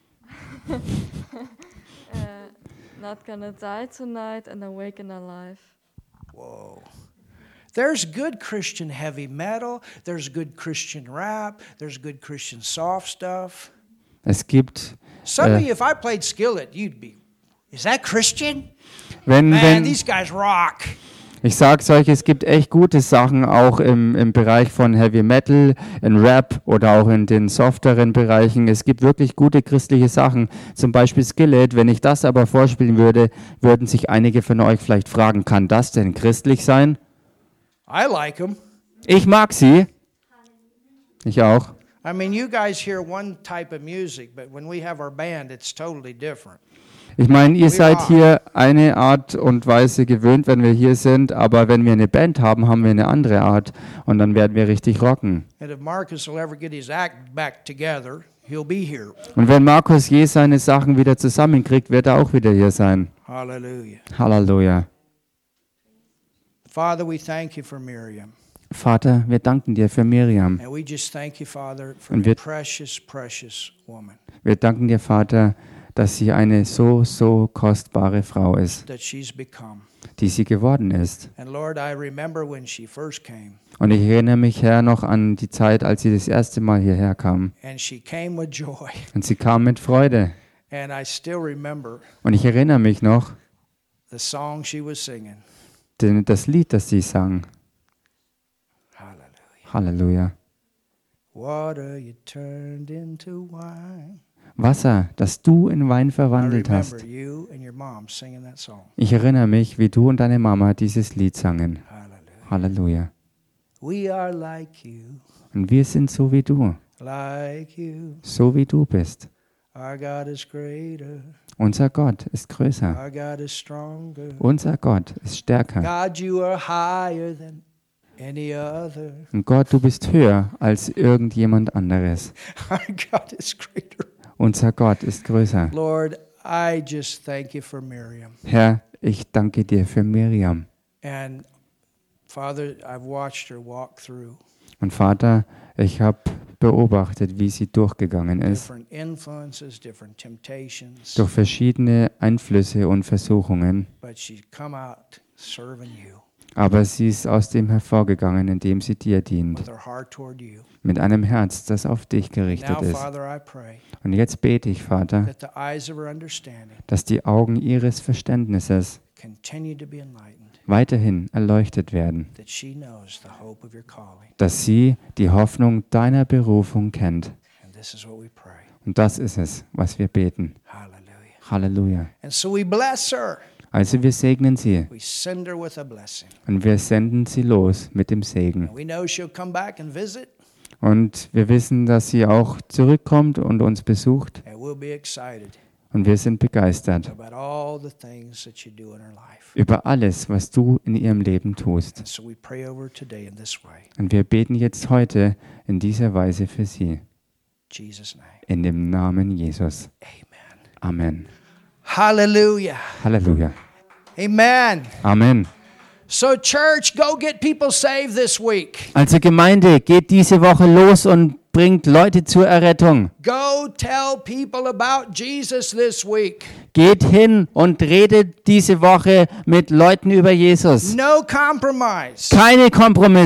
Not gonna die tonight and awaken alive. Whoa. There's good Christian heavy metal. There's good Christian rap. There's good Christian soft stuff. Es gibt, Some of you, if I played Skillet, you'd be, is that Christian? wenn, Man, these guys rock. ich sag's euch, es gibt echt gute Sachen auch im Bereich von Heavy Metal, in Rap oder auch in den softeren Bereichen. Es gibt wirklich gute christliche Sachen, zum Beispiel Skillet. Wenn ich das aber vorspielen würde, würden sich einige von euch vielleicht fragen, kann das denn christlich sein? I like them. Ich mag sie. Ich auch. I mean, you guys hear one type of music, but when we have our band, it's totally different. Ich meine, ihr seid hier eine Art und Weise gewöhnt, wenn wir hier sind, aber wenn wir eine Band haben, haben wir eine andere Art und dann werden wir richtig rocken. And if Marcus will ever get his act back together, he'll be here. Und wenn Markus je seine Sachen wieder zusammenkriegt, wird er auch wieder hier sein. Hallelujah. Halleluja. Father, we thank you for Miriam. Vater, wir danken dir für Miriam. And we just thank you, Father, for Und a wir- precious, precious woman Wir danken dir, Vater, dass sie eine so, so kostbare Frau ist, that she's become. die sie geworden ist. And Lord, I remember when she first came, Und ich erinnere mich, Herr, noch an die Zeit, als sie das erste Mal hierher kam. and she came with joy. Und sie kam mit Freude. And I still remember Und ich erinnere mich noch, the song she was singing. das Lied, das sie sang. Hallelujah. Halleluja. Water you turned into wine. Wasser, das du in Wein I verwandelt remember hast. you and your mom singing that song. Ich erinnere mich, wie du und deine Mama dieses Lied sangen. Hallelujah. Halleluja. We are like you, Und wir sind so wie du, like you. so wie du bist. Our God is greater. Unser Gott ist größer. Our God is stronger. Unser Gott ist stärker. God, you are higher than any other. Und Gott, du bist höher als irgendjemand anderes. Our God is greater. Unser Gott ist größer. Lord, I just thank you for Miriam. Herr, ich danke dir für Miriam. And Father, I've watched her walk through Und Vater, ich habe beobachtet, wie sie durchgegangen ist, different influences, different temptations, durch verschiedene Einflüsse und Versuchungen. but she's come out serving you Aber sie ist aus dem hervorgegangen, indem sie dir dient, with her heart toward you. mit einem Herz, das auf dich gerichtet Now, ist. Father, I pray Und jetzt bete ich, Vater, that the eyes of her understanding dass die Augen ihres Verständnisses continue to be enlightened, weiterhin erleuchtet werden, that she knows the hope of your calling. dass sie die Hoffnung deiner Berufung kennt. And this is what we pray. Und das ist es, was wir beten. Hallelujah. Halleluja. And so we bless her. Also wir segnen sie We send her with a blessing. und wir senden sie los mit dem Segen. And we know she'll come back and visit, Und wir wissen, dass sie auch zurückkommt und uns besucht. and we'll be excited Und wir sind begeistert about all the things that you do in her life. über alles, was du in ihrem Leben tust. And so we pray over her today in this way. Und wir beten jetzt heute in dieser Weise für sie. In Jesus' name. In dem Namen Jesus. Amen. Amen. Hallelujah. Halleluja. Amen. Amen. So, church, go get people saved this week. Also Gemeinde, geht diese Woche los und bringt Leute zur Errettung. Go tell people about Jesus this week. Geht hin und redet diese Woche mit Leuten über Jesus. No compromise. Keine Kompromisse.